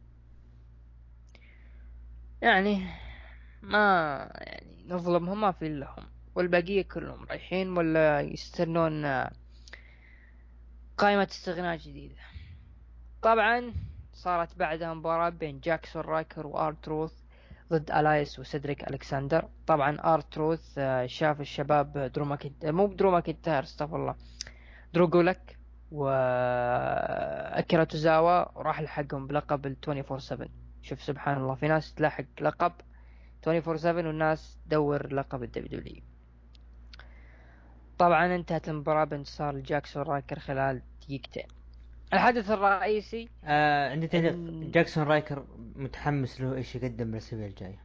يعني ما يعني نظلمهم، ما في إلا هم، والبقية كلهم رايحين ولا يستنون آه، قائمة استغناء جديدة. طبعا صارت بعدها مباراة بين جاكسون رايكر وارتروث ضد الايس وسيدريك الكسندر. طبعا ارتروث آه، شاف الشباب درو ماكنت... مو بدرو ماكنتاير، استغفر الله، درو جولك واكيرا توزاوا، وراح لحقهم بلقب ال أربعة وعشرين سبعة. شوف سبحان الله، في ناس تلاحق لقب أربعة وعشرين سبعة والناس تدور لقب الدبليو دبليو. طبعا انتهت المباراة بانتصار جاكسون رايكر خلال دقيقتين. الحدث الرئيسي آه عندي تعليق. ان جاكسون رايكر متحمس له ايش يقدم بالاسابيع الجاية.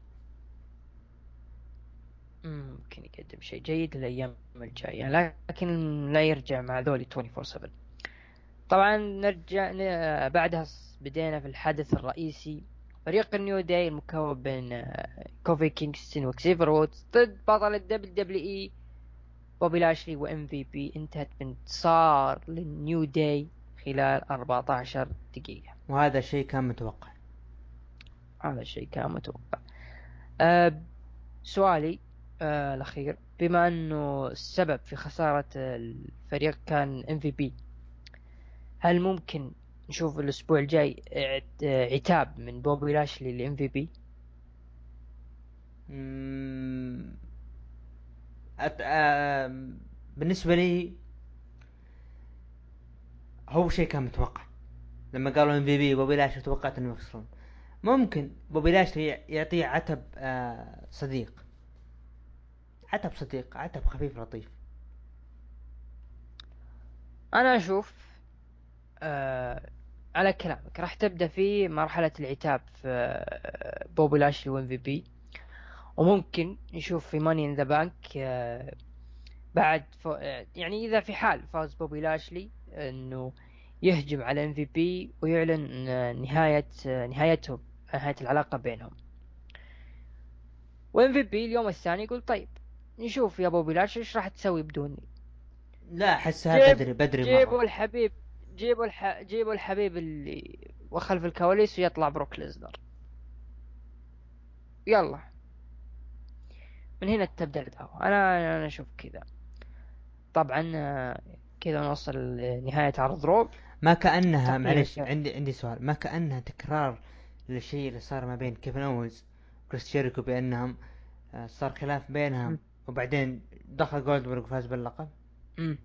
ممكن يقدم شيء جيد الأيام الجاية، لكن لا يرجع مع ذولي أربعة وعشرين سبعة. طبعا نرجع ن- بعدها بدينا في الحدث الرئيسي. فريق النيو داي المكون بين آه، كوفي كينغستون وكسيفر وودز ضد بطل الدبليو دبليو اي بوبي لاشلي وام في بي، انتهت بانتصار للنيو داي خلال أربعة عشر دقيقة. وهذا شيء كان متوقع. هذا الشيء كان متوقع. أه سؤالي أه الأخير، بما أنه السبب في خسارة الفريق كان ام في بي، هل ممكن نشوف الأسبوع الجاي اعت- عتاب من بوبي لاشلي لام في بي؟ مم، أت... آم، بالنسبة لي هو شيء كان متوقع. لما قالوا ام في بي بوبي لاشلي توقعت انه يخسرون. ممكن بوبي لاشلي يعطيه عتب آه صديق، عتب صديق، عتب خفيف لطيف. أنا أشوف أه على كلامك راح تبدأ في مرحلة العتاب في آه، بوبي لاشلي وام في بي، وممكن نشوف في ماني ان ذا بانك بعد ف... يعني إذا في حال فاز بوبي لاشلي إنه يهجم على ام في بي ويعلن آه، نهاية آه، نهايتهم، نهاية العلاقة بينهم. وام في بي اليوم الثاني يقول طيب نشوف يا بوبي لاشلي ايش راح تسوي بدوني. لا احسها جيب بدري بدري مرة. جيبوا الحبيب، جيبوا الح... جيبوا الحبيب اللي وخلف الكواليس ويطلع بروك ليزنر. يلا من هنا تبدأ الدعوة. أنا أنا أشوف كذا. طبعا آه، كذا نوصل لنهاية عرض روب. ما كأنها، معلش، تقييمك؟ عندي عندي سؤال، ما كأنها تكرار للشيء اللي صار ما بين كيفن اونز وكريس جيريكو، بأنهم آه، صار خلاف بينهم م- وبعدين دخل جولدبرغ وفاز باللقب م.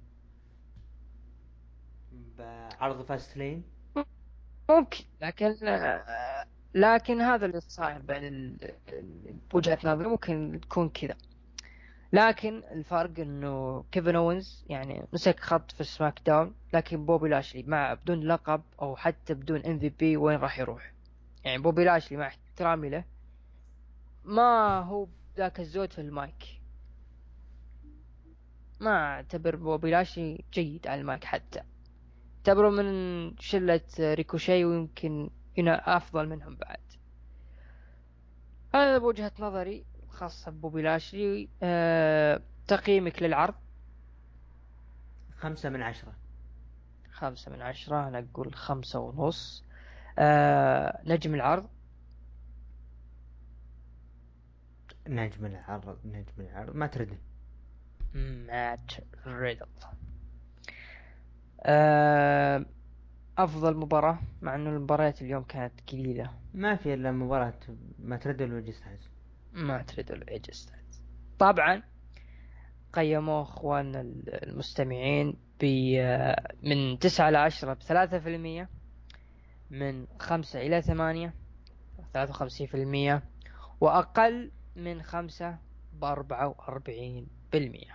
بعرض فاست لين. ممكن، لكن آه، لكن هذا اللي صاير بين ال- ال- وجهة نظري ممكن تكون كذا. لكن الفرق انه كيفن اونز يعني مسك خط في سماك داون، لكن بوبي لاشلي مع بدون لقب او حتى بدون ام في بي وين راح يروح؟ يعني بوبي لاشلي مع احترامي له ما هو ذاك الزود في المايك. ما اعتبر بوبي لاشلي جيد على المايك، حتى اعتبره من شلة ريكوشي ويمكن هنا افضل منهم بعد. هذا بوجهة نظري خاصة ببوبي لاشلي. أه... تقييمك للعرض؟ خمسة من عشرة. خمسة من عشرة، أنا أقول خمسة ونص. أه... نجم العرض؟ نجم العرض، نجم العرض ما ترد. مات ريدل. أه... أفضل مباراة، مع أنه المباريات اليوم كانت قليلة. ما في الا مباراة ما ترد الوجستاز. مات ريدل ايج ستايلز. طبعا قيموه اخواننا المستمعين ب آه، من تسعة إلى عشرة بثلاثة في المية، من خمسة إلى ثمانية ثلاثة وخمسين في المية، وأقل من خمسة بأربعة وأربعين بالمية.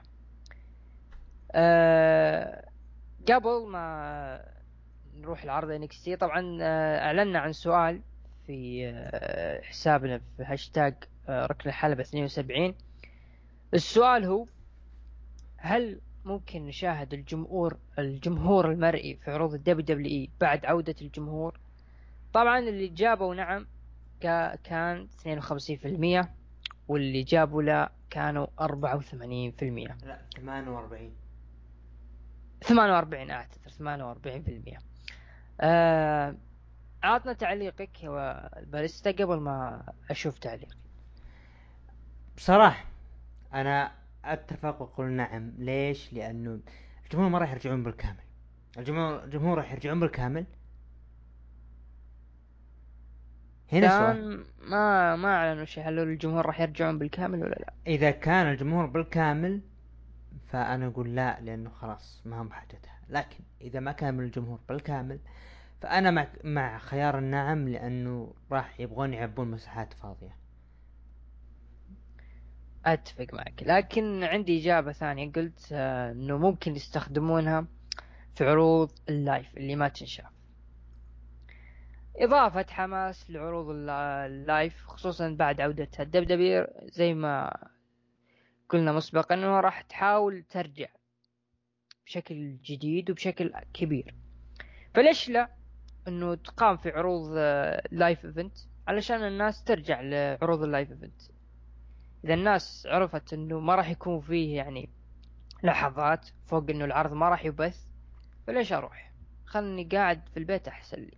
أه قبل ما نروح العرض انكستي، طبعا أه أعلنا عن سؤال في أه حسابنا في هاشتاج أه ركن الحلبة اثنين وسبعين. السؤال هو: هل ممكن نشاهد الجمهور الجمهور المرئي في عروض الدبليو دبليو اي بعد عودة الجمهور؟ طبعا اللي جابوا نعم كا- كان اثنين وخمسين في المية، واللي جابوا لا كانوا أربعة وثمانين في المية. لا ثمانية وأربعين. ثمانية وأربعين اعتذر ثمانية وأربعين بالمئة. آه... عطنا تعليقك يا الباريستا قبل ما اشوف تعليق. بصراحة انا اتفق واقول نعم. ليش؟ لانه الجمهور ما راح يرجعون بالكامل. الجمهور الجمهور راح يرجعون بالكامل. هنا السؤال. كان ما ما اعلنوا شيء، هل الجمهور راح يرجعون بالكامل ولا لا؟ اذا كان الجمهور بالكامل فانا اقول لا، لانه خلاص ما هم بحاجتها. لكن اذا ما كان من الجمهور بالكامل فانا مع مع خيار النعم، لانه راح يبغون يعبون مساحات فاضية. اتفق معك، لكن عندي اجابة ثانية. قلت آه، انه ممكن يستخدمونها في عروض اللايف اللي ما تنشاف، إضافة حماس لعروض الل- اللايف، خصوصا بعد عودتها الدبدبير. زي ما قلنا مسبقا انه راح تحاول ترجع بشكل جديد وبشكل كبير، فليش لا انه تقام في عروض لايف ايفنت علشان الناس ترجع لعروض اللايف ايفنت. اذا الناس عرفت انه ما راح يكون فيه يعني لحظات فوق انه العرض ما راح يبث، فليش اروح؟ خلني قاعد في البيت احسن لي.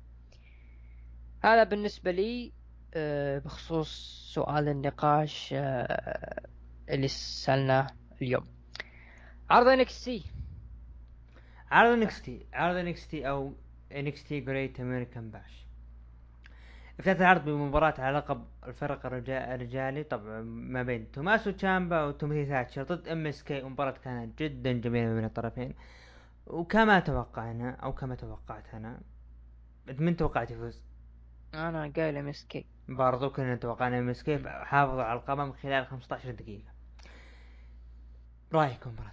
هذا بالنسبة لي آه، بخصوص سؤال النقاش آه، اللي سألناه اليوم. عرض انكس تي. عرض انكستي عرض انكستي او انكستي جريت امريكان باش افتتح العرض بمباراة على لقب الفرق الرجا- الرجالي، طبعا ما بين توماسو تشامبا وتوماثي ثاتشر ضد ام اس كي. مباراة كانت جدا جميلة من الطرفين، وكما توقعنا او كما توقعت انا. من توقعت يفوز؟ انا قايل ام اس كي. برضو كنا توقعنا ام اس كي حافظوا على القمم خلال خمسة عشر دقيقة. رايكم مباراة؟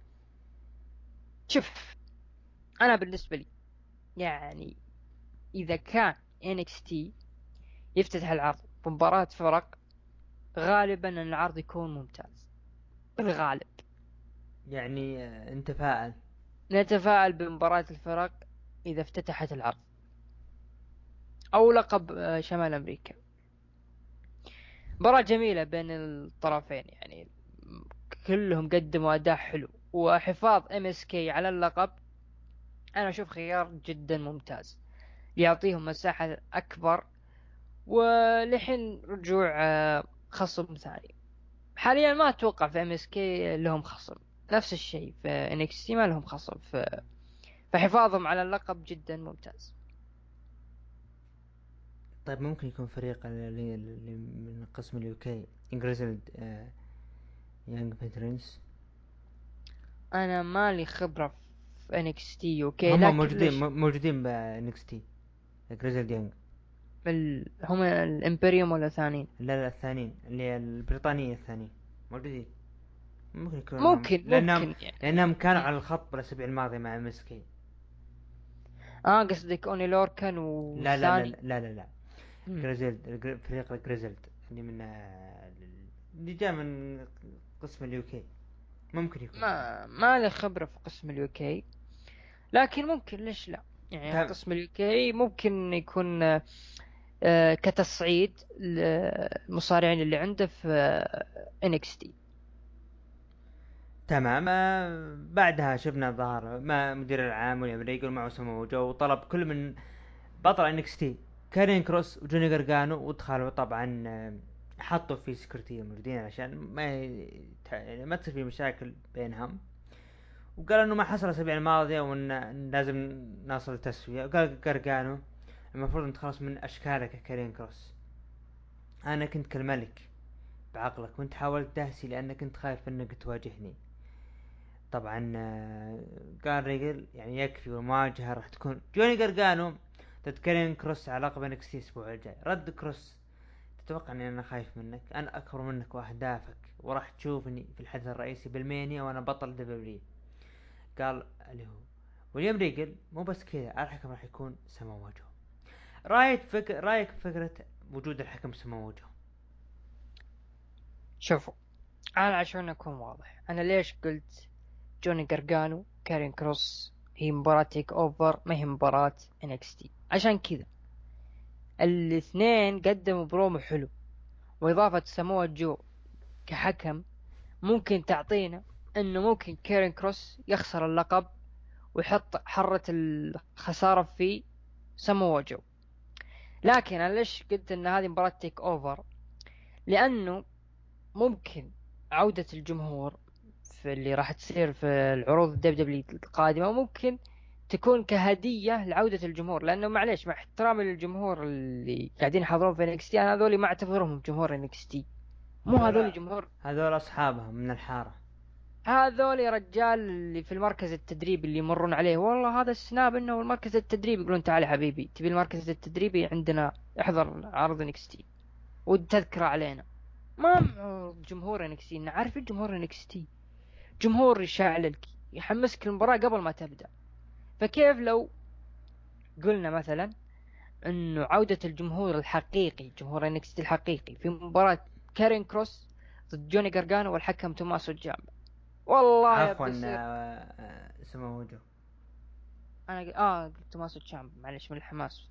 شوف، انا بالنسبة لي يعني اذا كان انكس تي يفتتح العرض بمباراة فرق، غالبا ان العرض يكون ممتاز بالغالب. يعني آه، انت فاعل. نتفائل بمباراة الفرق اذا افتتحت العرض، او لقب آه، شمال امريكا. مباراة جميلة بين الطرفين يعني، كلهم قدموا اداء حلو، وحفاظ ام اس كي على اللقب انا اشوف خيار جدا ممتاز، يعطيهم مساحة اكبر. ولحين رجوع آه، خصم ثاني. حاليا ما اتوقع في ام اس كي لهم خصم، نفس الشيء في انكس تي ما لهم خصم، ف... فحفاظهم على اللقب جدا ممتاز. طيب ممكن يكون فريق اللي, اللي من قسم اليوكي انجريزلد آه يانج بيترنس. انا مالي خبرة في انكس تي اوكي، هم لكن موجودين ليش موجودين بانكس تي جريزلد يانج. ال... هم الامبريوم ولا ثانيين؟ لا لا، الثانيين اللي البريطانيين الثانيين موجودين. ممكن يكونوا هم، ممكن لانهم ممكن يعني. لانهم كانوا مم. على الخط بالاسابيع الماضيه مع مسكي. اه قصدك اوني لوركان لا لا لا والثاني. لا لا لا. مم. جريزلد الجر- فريق الجريزلد اللي من آه، اللي جاء من قسم اليوكي. ممكن يكون. ما ما لي خبرة في قسم اليوكي، لكن ممكن ليش لا. يعني تم قسم اليوكي ممكن يكون آه، كتصعيد للمصارعين اللي عنده في انكس تي. تمام. آه، بعدها شفنا ظهر ما مدير العام واللي يقول معه سمو جو، وطلب كل من بطل انكس تي كارين كروس وجوني جرجانو، ودخلوا طبعا آه، حطوا في سكرتير موجودين عشان ما ي... يعني ما تصير في مشاكل بينهم. وقال انه ما حصل الاسابيع الماضيه وان لازم نصل لتسويه. وقال جرجانو المفروض ان تخلص من اشكالك يا كارين كروس. انا كنت كالملك بعقلك وانت حاولت تهسي لانك كنت خايف انك تواجهني. طبعا آه، قال ريجل يعني يكفي، والمواجهة راح تكون جوني جرجانو ضد كارين كروس على لقب انكستي الاسبوع الجاي. رد كروس: تتوقع اني انا خايف منك؟ انا اكبر منك واهدافك، وراح تشوفني في الحدث الرئيسي بالمانيا وانا بطل دبليو. قال اللي هو ويليام ريجل: مو بس كذا، الحكم راح يكون سما وجهه. رايك فك... رايك في فكرة وجود الحكم سما وجهه؟ شوفوا، انا عشان اكون واضح، انا ليش قلت جوني جرجانو كارين كروس هي مباراة تيك اوفر ما هي مباراة انكس تي؟ عشان كذا الاثنين قدموا برومو حلو، واضافة ساموا جو كحكم ممكن تعطينا انه ممكن كيرين كروس يخسر اللقب ويحط حرة الخسارة في سامو جو. لكن انا ليش قلت ان هذه مباراة تيك اوفر؟ لانه ممكن عودة الجمهور في اللي راح تصير في العروض الدب دبليو القادمة، ممكن تكون كهدية لعودة الجمهور. لأنه معليش، مع احترامي للجمهور اللي قاعدين يحضرون في انكستي، أنا هذولي ما أعتبرهم جمهور انكستي، مو هذول هذول جمهور. هذول اصحابها من الحاره. هذول رجال اللي في المركز التدريبي اللي يمرون عليه، والله هذا السناب انه المركز التدريبي، يقولون تعال يا حبيبي تبي المركز التدريبي عندنا، احضر عرض انكستي والتذكرة علينا. ما جمهور انكستي، نعرف الجمهور انكستي جمهور يشعلك يحمسك المباراة قبل ما تبدأ. فكيف لو قلنا مثلا انه عودة الجمهور الحقيقي، جمهور انكستي الحقيقي، في مباراة كارين كروس ضد جوني غارغانو والحكم توماسو جامبا، والله عفوا بيصير. آه، آه، اسمه وجه. انا ق- اه قلت توماسو جامبا، معلش من الحماس.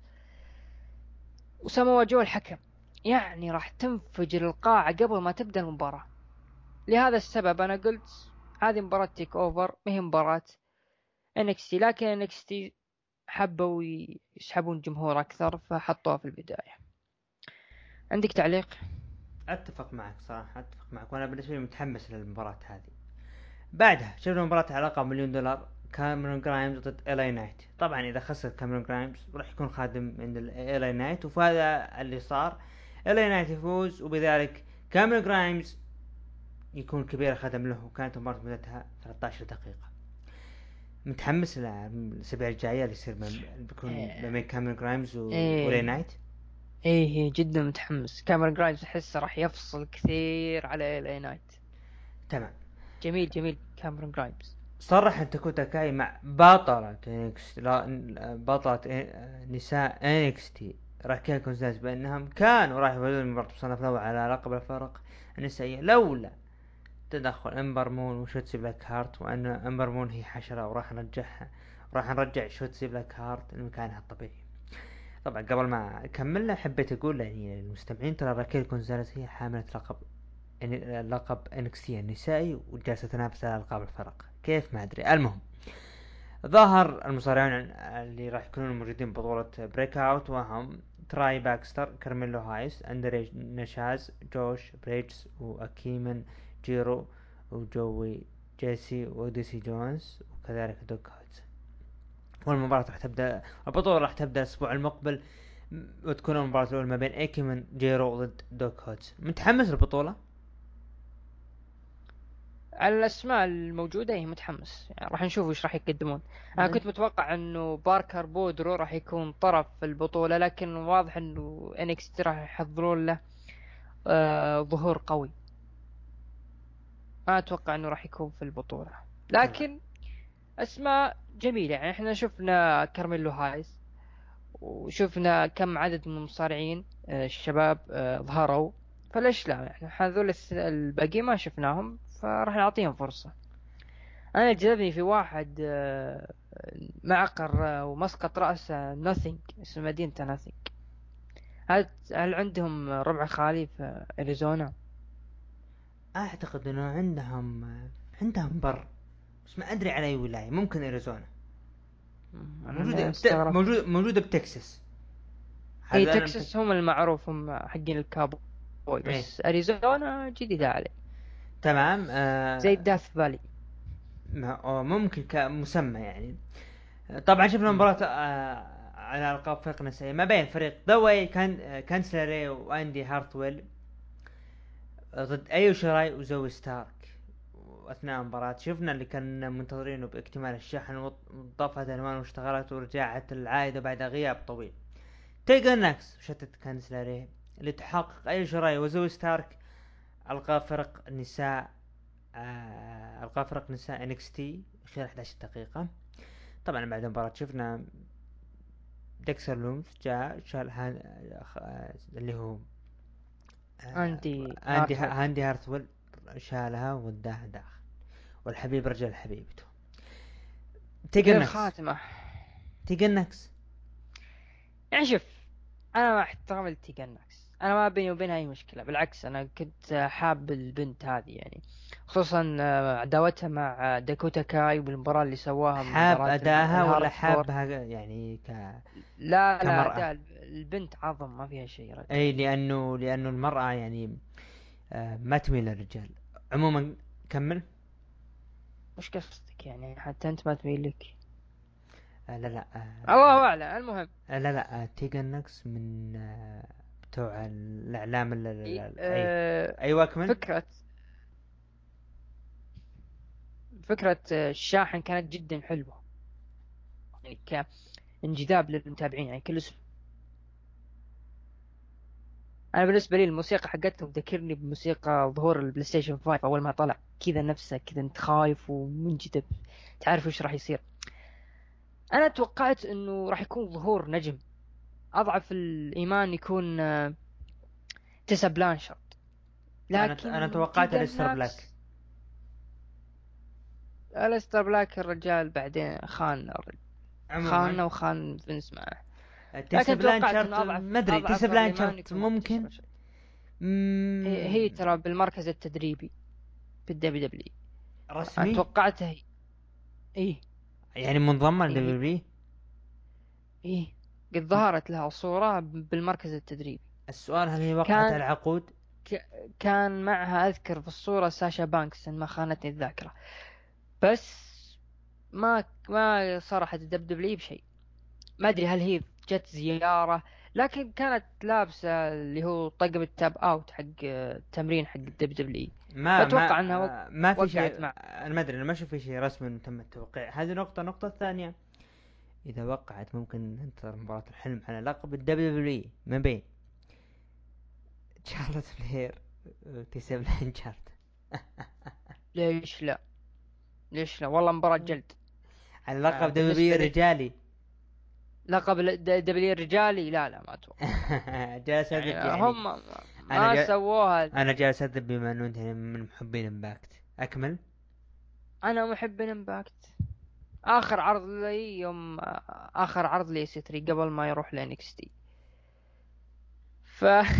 وساموا جو الحكم، يعني راح تنفجر القاعة قبل ما تبدأ المباراة. لهذا السبب انا قلت هذه مباراة تيك اوفر، ما هي مباراة انكستي. لكن انكستي حبوا يسحبون جمهور أكثر فحطوها في البداية. عندك تعليق؟ اتفق معك صراحه، اتفق معك، وانا بالنسبه لي متحمس للمباراه هذه. بعدها شفنا مباراة على لقب مليون دولار، كاميرون جرايمز ضد إيلاي نايت. طبعا اذا خسر كاميرون جرايمز راح يكون خادم عند إيلاي نايت، وهذا اللي صار. إيلاي نايت يفوز، وبذلك كاميرون جرايمز يكون كبير خدم له، وكانت المباراة مدتها ثلاثة عشر دقيقة. متحمس للأسابيع الجاية اللي يصير بيكون ايه بين كاميرون جرايمز وإيلاي ايه نايت. ايه جدا متحمس. كاميرون جرايمز احسه راح يفصل كثير على الاي نايت. تمام. جميل جميل كاميرون جرايمز. صرح تاكو تاكاي مع بطلة انكس لا بطلة إن- نساء انكستي راكين كونزاز بانهم كانوا راح يفوزون بمباراة مصنف الاول على لقب الفرق النسائية لولا تدخل امبر مون وشوتسي بلاك هارت، وان امبر مون هي حشرة وراح نرجعها، وراح نرجع شوتسي بلاك هارت لمكانها الطبيعي. طبعا قبل ما اكمل حبيت اقول يعني للمستمعين ترى راكيل كونزاليس هي حاملة لقب يعني لقب انكسي النسائي، وجالسة تنافس على القاب الفرق. كيف ما ادري. المهم، ظهر المصارعون اللي راح يكونون موجودين ببطولة بريك اوت، وهم تراي باكستر، كارميلو هايس، اندري نشاز، جوش بريدجز، واكيمن جيرو، وجوي جيسي، وديسي جونز، وكذلك دوك هودز. والمباراة راح تبدأ، البطولة راح تبدأ الأسبوع المقبل، وتكون المباراة الأولى ما بين ايكيمن جيرو ضد دوك هودز. متحمس للبطولة؟ على الاسماء الموجودة هي متحمس، يعني راح نشوف ايش راح يقدمون. انا كنت متوقع انه باركر بودرو راح يكون طرف في البطولة، لكن واضح انه انكس راح يحضرون له آه ظهور قوي. ما اتوقع انه راح يكون في البطولة، تمام. لكن اسماء جميلة. يعني احنا شفنا كارميلو هايس، وشفنا كم عدد من المصارعين آه، الشباب آه، ظهروا. فليش لا؟ احنا هذول الس- الباقي ما شفناهم، فراح نعطيهم فرصة. انا جذبني في واحد آه، معقر آه، ومسقط رأسه نوثينج، اسم مدينته نوثينج. هل هل عندهم ربع خالي في اريزونا؟ اعتقد انه عندهم عندهم بر، بس ما ادري على اي ولاية. ممكن اريزونا. مم، انا موجودة بت... استغربت. موجودة موجودة بتكساس. اي هذا انا متأكد. تكساس هم المعروف، هم حقين الكابوي. ايه. بس اريزونا جديدة علي، تمام. زي آه... الداث فالي. ما... أو ممكن كمسمى يعني. طبعا شفنا مم. مباراة آه... على القاب فرق نسائية ما بين فريق دوي كان آه... كانسلري واندي هارتويل ضد ايو شراي وزوي ستارك. واثناء المباراة شفنا اللي كان منتظرينه باكتمال الشحن، وضافت الوان واشتغلت ورجعت العائدة بعد غياب طويل. تيجر ناكس وشتت كانسلري لتحقق ايو شراي وزوي ستارك القاب فرق نساء آه... القاب فرق نساء انكستي خلال احد عشر دقيقة. طبعا بعد المباراة شفنا ديكسر لومز جاء شال هان... آه... اللي هو آه... عندي اندي هارتويل. هاندي هارثول، شالها وداها داخل، والحبيب رجع لحبيبته. تيجر ناكس. للخاتمة. تيجر ناكس. يعني شوف، انا مع احترامي لتيجان ناكس، انا ما بيني وبينها اي مشكله، بالعكس انا كنت حاب البنت هذه يعني، خصوصا آه، عداوتها مع داكوتا كاي بالمباراه اللي سواها من حاب مباراه ال- اداها ولا الهارد كور. حابها يعني ك لا لا، كمرأة؟ اداء البنت عظم، ما فيها شيء يا رجال. اي لانه لانه المرأة يعني آه، ما تميل للرجال عموما. كمل. وش قصدك يعني، حتى انت ما تميل لك؟ آه لا لا الله آه اعلم. المهم، آه لا لا آه تيجان نكس من آه بتوع الاعلام ال- ال- إي- ال- اي. آه، ايوه اكمل. فكره فكره آه، الشاحن كانت جدا حلوه، يعني كانجذاب للمتابعين يعني كل اسبوع. انا بالنسبه لي الموسيقى حقتهم تذكرني بموسيقى ظهور البلاي ستيشن خمسة اول ما طلع، كذا نفسه كذا انت خايف ومنجذب، تعرف وش راح يصير. انا توقعت انه راح يكون ظهور نجم، اضعف الايمان يكون آه، تيسا بلانشارد، انا انا لكن توقعت تيجان الستر بلاك. ماكس. أليستر بلاك الرجال بعدين خان الرجال. عموما خاننا وخان فينس معه. تيسا لكن توقعت بلانشارت انه اضعف ما ادري، تيسا اضعف الايمان بلانشارت يكون ممكن. تيسا. هي هي مم... ترى بالمركز التدريبي بالدبليو دبليو. انا رسمي توقعتها هي. ايه. يعني منضمة يعني هي لدبليو. ايه، قد ظهرت لها صورة بالمركز التدريبي. السؤال هل هي وقعت كان على عقود؟ ك... كان معها اذكر في الصورة ساشا بانكس ان ما خانتني الذاكرة، بس ما ما صرحت الدب دبليو بشيء. ما ادري هل هي جت زيارة، لكن كانت لابسة اللي هو طقم التاب اوت حق التمرين حق الدب دبليو، ما فاتوقع انها وق... ما ما في وقعت شيء. مع. انا ما ادري، انا ما اشوف في شيء رسمي تم التوقيع. هذه نقطة. النقطة الثانية، اذا وقعت ممكن ننتظر مباراة الحلم على لقب الدبليو دبليو ما بين شارلوت فلير وتيسا بلانشارد. ليش لا؟ ليش لا؟ والله مباراة جلد. على لقب آه دبليو دبليو بالنسبة لي الرجالي. لقب الدبليو الرجالي، لا لا ما اتوقع. جالس اذب يعني يعني. هم انا ما جا... سووها. انا جالس اذب بما انه انت من محبين امباكت. اكمل. انا محب امباكت. اخر عرض لي يوم اخر عرض لي سي ثري قبل ما يروح لانكس تي. ف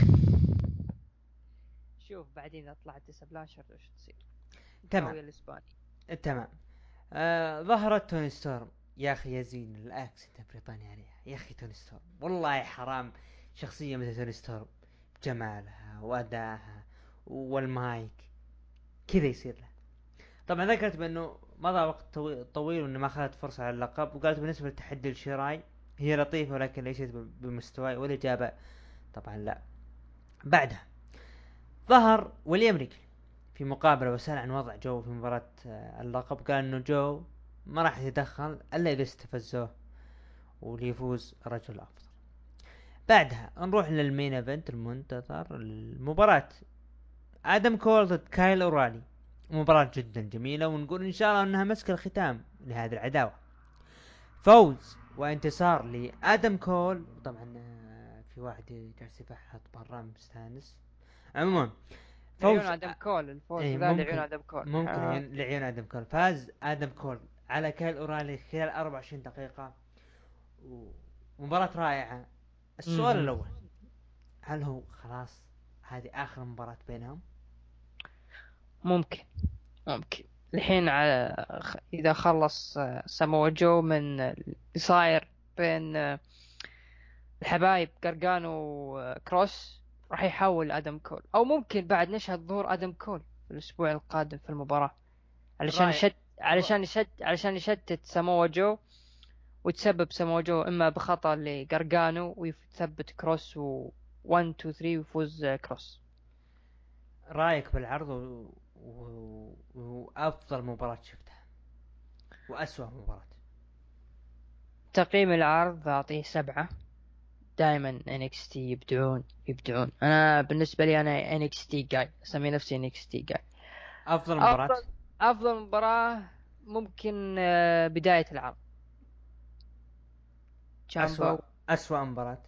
شوف بعدين اذا طلعت تسا بلاشر وش تصير. تمام. الكاوي الاسباني. تمام. آه ظهرت توني ستورم. يا اخي يزين الاكسنت البريطاني عليها. يا اخي توني ستورم والله حرام. شخصية مثل توني ستورم بجمالها وادائها والمايك كذا يصير له. طبعا ذكرت بانه مضى وقت طوي- طويل وانه ما اخذت فرصة على اللقب، وقالت بالنسبة لتحدي الشراي هي لطيفة ولكن ليست بمستواي، والاجابة طبعا لا. بعدها ظهر ويليام ريكلي في مقابلة وسأل عن وضع جو في مباراة آه، اللقب. قال انه جو ما راح يتدخل الا اذا استفزوه وليفوز الرجل الافضل. بعدها نروح للمين ايفنت المنتظر، المباراة ادم كول ضد كايل اورالي. مباراة جدا جميلة، ونقول ان شاء الله انها مسك الختام لهذه العداوة. فوز وانتصار لادم كول. طبعا آه، في واحد جالس يفحط برا مستانس. عموما لعيون فوز. ادم كول الفوز اي ذا، لعيون ممكن. ادم كول ممكن ها. عيون لعيون ادم كول. فاز ادم كول على كايل اورالي خلال أربعة وعشرين دقيقة، ومباراة رائعة. السؤال مهم. الاول، هل هو خلاص هذه اخر مباراة بينهم؟ ممكن. ممكن الحين على خ- اذا خلص آه، سامو جو من اللي صاير بين آه، الحبايب قرقان وكروس، راح يحول ادم كول، او ممكن بعد نشهد ظهور ادم كول في الاسبوع القادم في المباراة، علشان الرأي. يشت علشان يشت علشان يشتت سامو جو، وتسبب سامو جو اما بخطأ لقرقانو ويثبت كروس و واحد اثنين ثلاثة ويفوز آه، كروس. رايك بالعرض و... و... وافضل مباراة شفتها واسوأ مباراة؟ تقييم العرض أعطيه سبعة. دائما إن إكس تي يبدعون يبدعون. أنا بالنسبة لي أنا إن إكس تي جاي، أسمي نفسي إن إكس تي جاي. افضل مباراة. أفضل أفضل مباراة ممكن آه، بداية العرض اسوأ جامبو. اسوأ مباراة.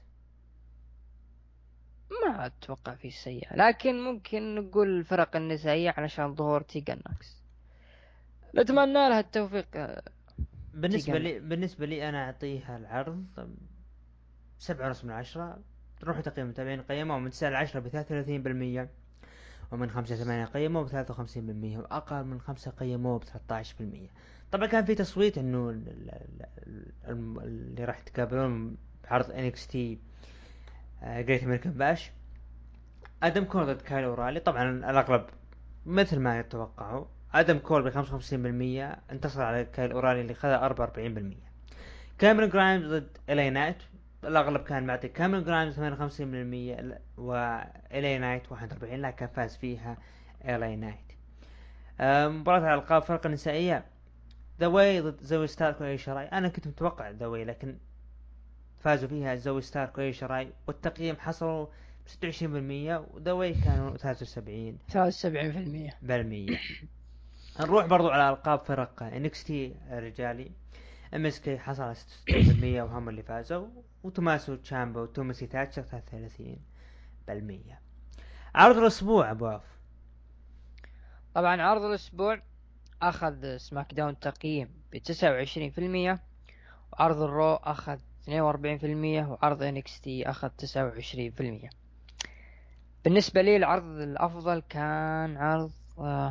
ما أتوقع فيه سيئة، لكن ممكن نقول الفرق النسائية علشان ظهور تيجان ناكس، نتمنى لها التوفيق. آه، بالنسبة تيجان لي بالنسبة لي انا اعطيها العرض سبعة ونص من عشرة. روحوا تقييم المتابعين قيموا من تسعة إلى عشرة بثلاثة وثلاثين بالمية، ومن خمسة إلى ثمانية قيموه بثلاثة وخمسين بالمية، وأقل من خمسة قيموه بثلاثة عشر بالمية. طبعا كان في تصويت إنه ال- ال- ال- الم- اللي راح يتقابلون بعرض إن إكس تي جريت أمريكان باش، آدم كول ضد كايل أورالي. طبعا الأغلب مثل ما يتوقعوا، آدم كول ب خمسة وخمسين بالمية انتصر على كايل أورالي اللي خذ أربعة وأربعين بالمية. كاميرون جرايمز ضد إلي نايت، الأغلب كان معطي كاميرون جرايمز ثمانية وخمسين بالمية وإلي نايت واحد وأربعين، لكن فاز فيها إلي نايت. مباراة على الألقاب فرق النسائية، ذا واي ضد زوي ستارك وأي شراي. أنا كنت متوقع ذا واي، لكن فازوا فيها زوي ستارك وأي شراي، والتقييم حصلوا ستة وعشرين بالمية، وذا واي كانوا ثلاثة وسبعين ثلاثة وسبعين بالمية. بالمية. نروح برضو على ألقاب فرق انكستي رجالي. ام اس كي حصل على ستة وستين بالمية وهم اللي فازوا، وتوماسو تشامبا وتوماسي تاتشر ثلاثة وثلاثين بالمية. عرض الأسبوع أبو عوف. طبعا عرض الأسبوع أخذ سماك داون تقييم بتسعة وعشرين بالمية، وعرض الرو أخذ اثنين وأربعين بالمية، وعرض إن إكس تي أخذ تسعة وعشرين بالمية. بالنسبة لي العرض الأفضل كان عرض آه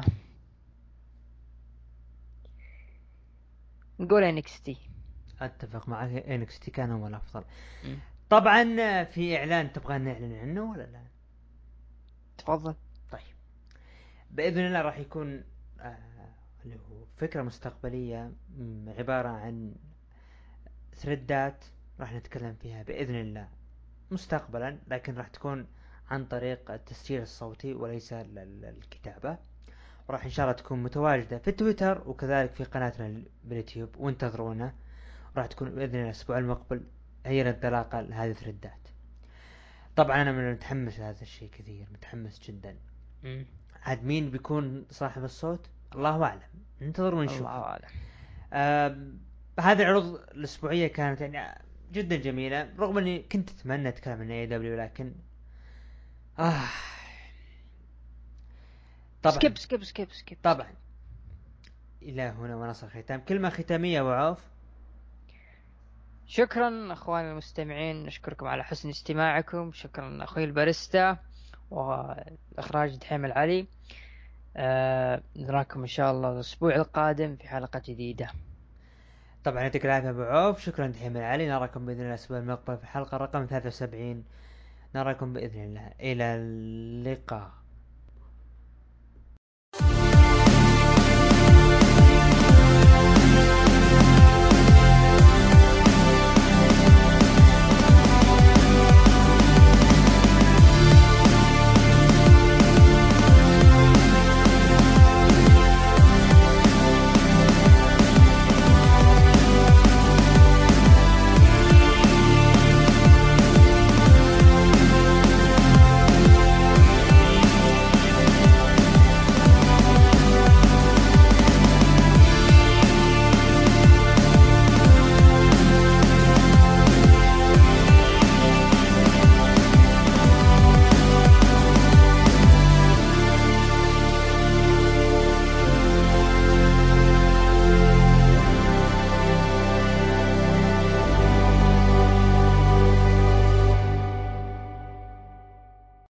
نقول إن إكس تي. أتفق معك، إن إكس تي كان هو الأفضل. م. طبعا في إعلان تبغى نعلن عنه ولا لا؟ تفضل. طيب، بإذن الله راح يكون آه اللي هو فكرة مستقبلية عبارة عن ثريدات راح نتكلم فيها بإذن الله مستقبلا، لكن راح تكون عن طريق التسجيل الصوتي وليس الكتابة، وراح إن شاء الله تكون متواجدة في تويتر وكذلك في قناتنا باليوتيوب، وانتظرونا. راح تكون بإذن الله الأسبوع المقبل هي الانطلاقة لهذه الثريدات. طبعا أنا من متحمس لهذا الشيء كثير، متحمس جدا. م. عاد مين بيكون صاحب الصوت الله أعلم، ننتظر ونشوف. الله أعلم. آه هذه العروض الأسبوعية كانت يعني جدا جميلة، رغم أني كنت أتمنى أتكلم عن اي دبليو، لكن آه طبعا سكيب سكيب سكيب سكيب طبعا إلى هنا ونصل ختام. كلمة ختامية أبو عوف. شكرا أخواني المستمعين، نشكركم على حسن استماعكم. شكرا أخوي الباريستا والإخراج دحيم العلي. آه نراكم إن شاء الله الأسبوع القادم في حلقة جديدة. طبعا يعطيك العافية أبو عوف، شكرا دحيم العلي. نراكم بإذن الله الأسبوع المقبل في الحلقة رقم ثلاثة وسبعين. نراكم بإذن الله، إلى اللقاء.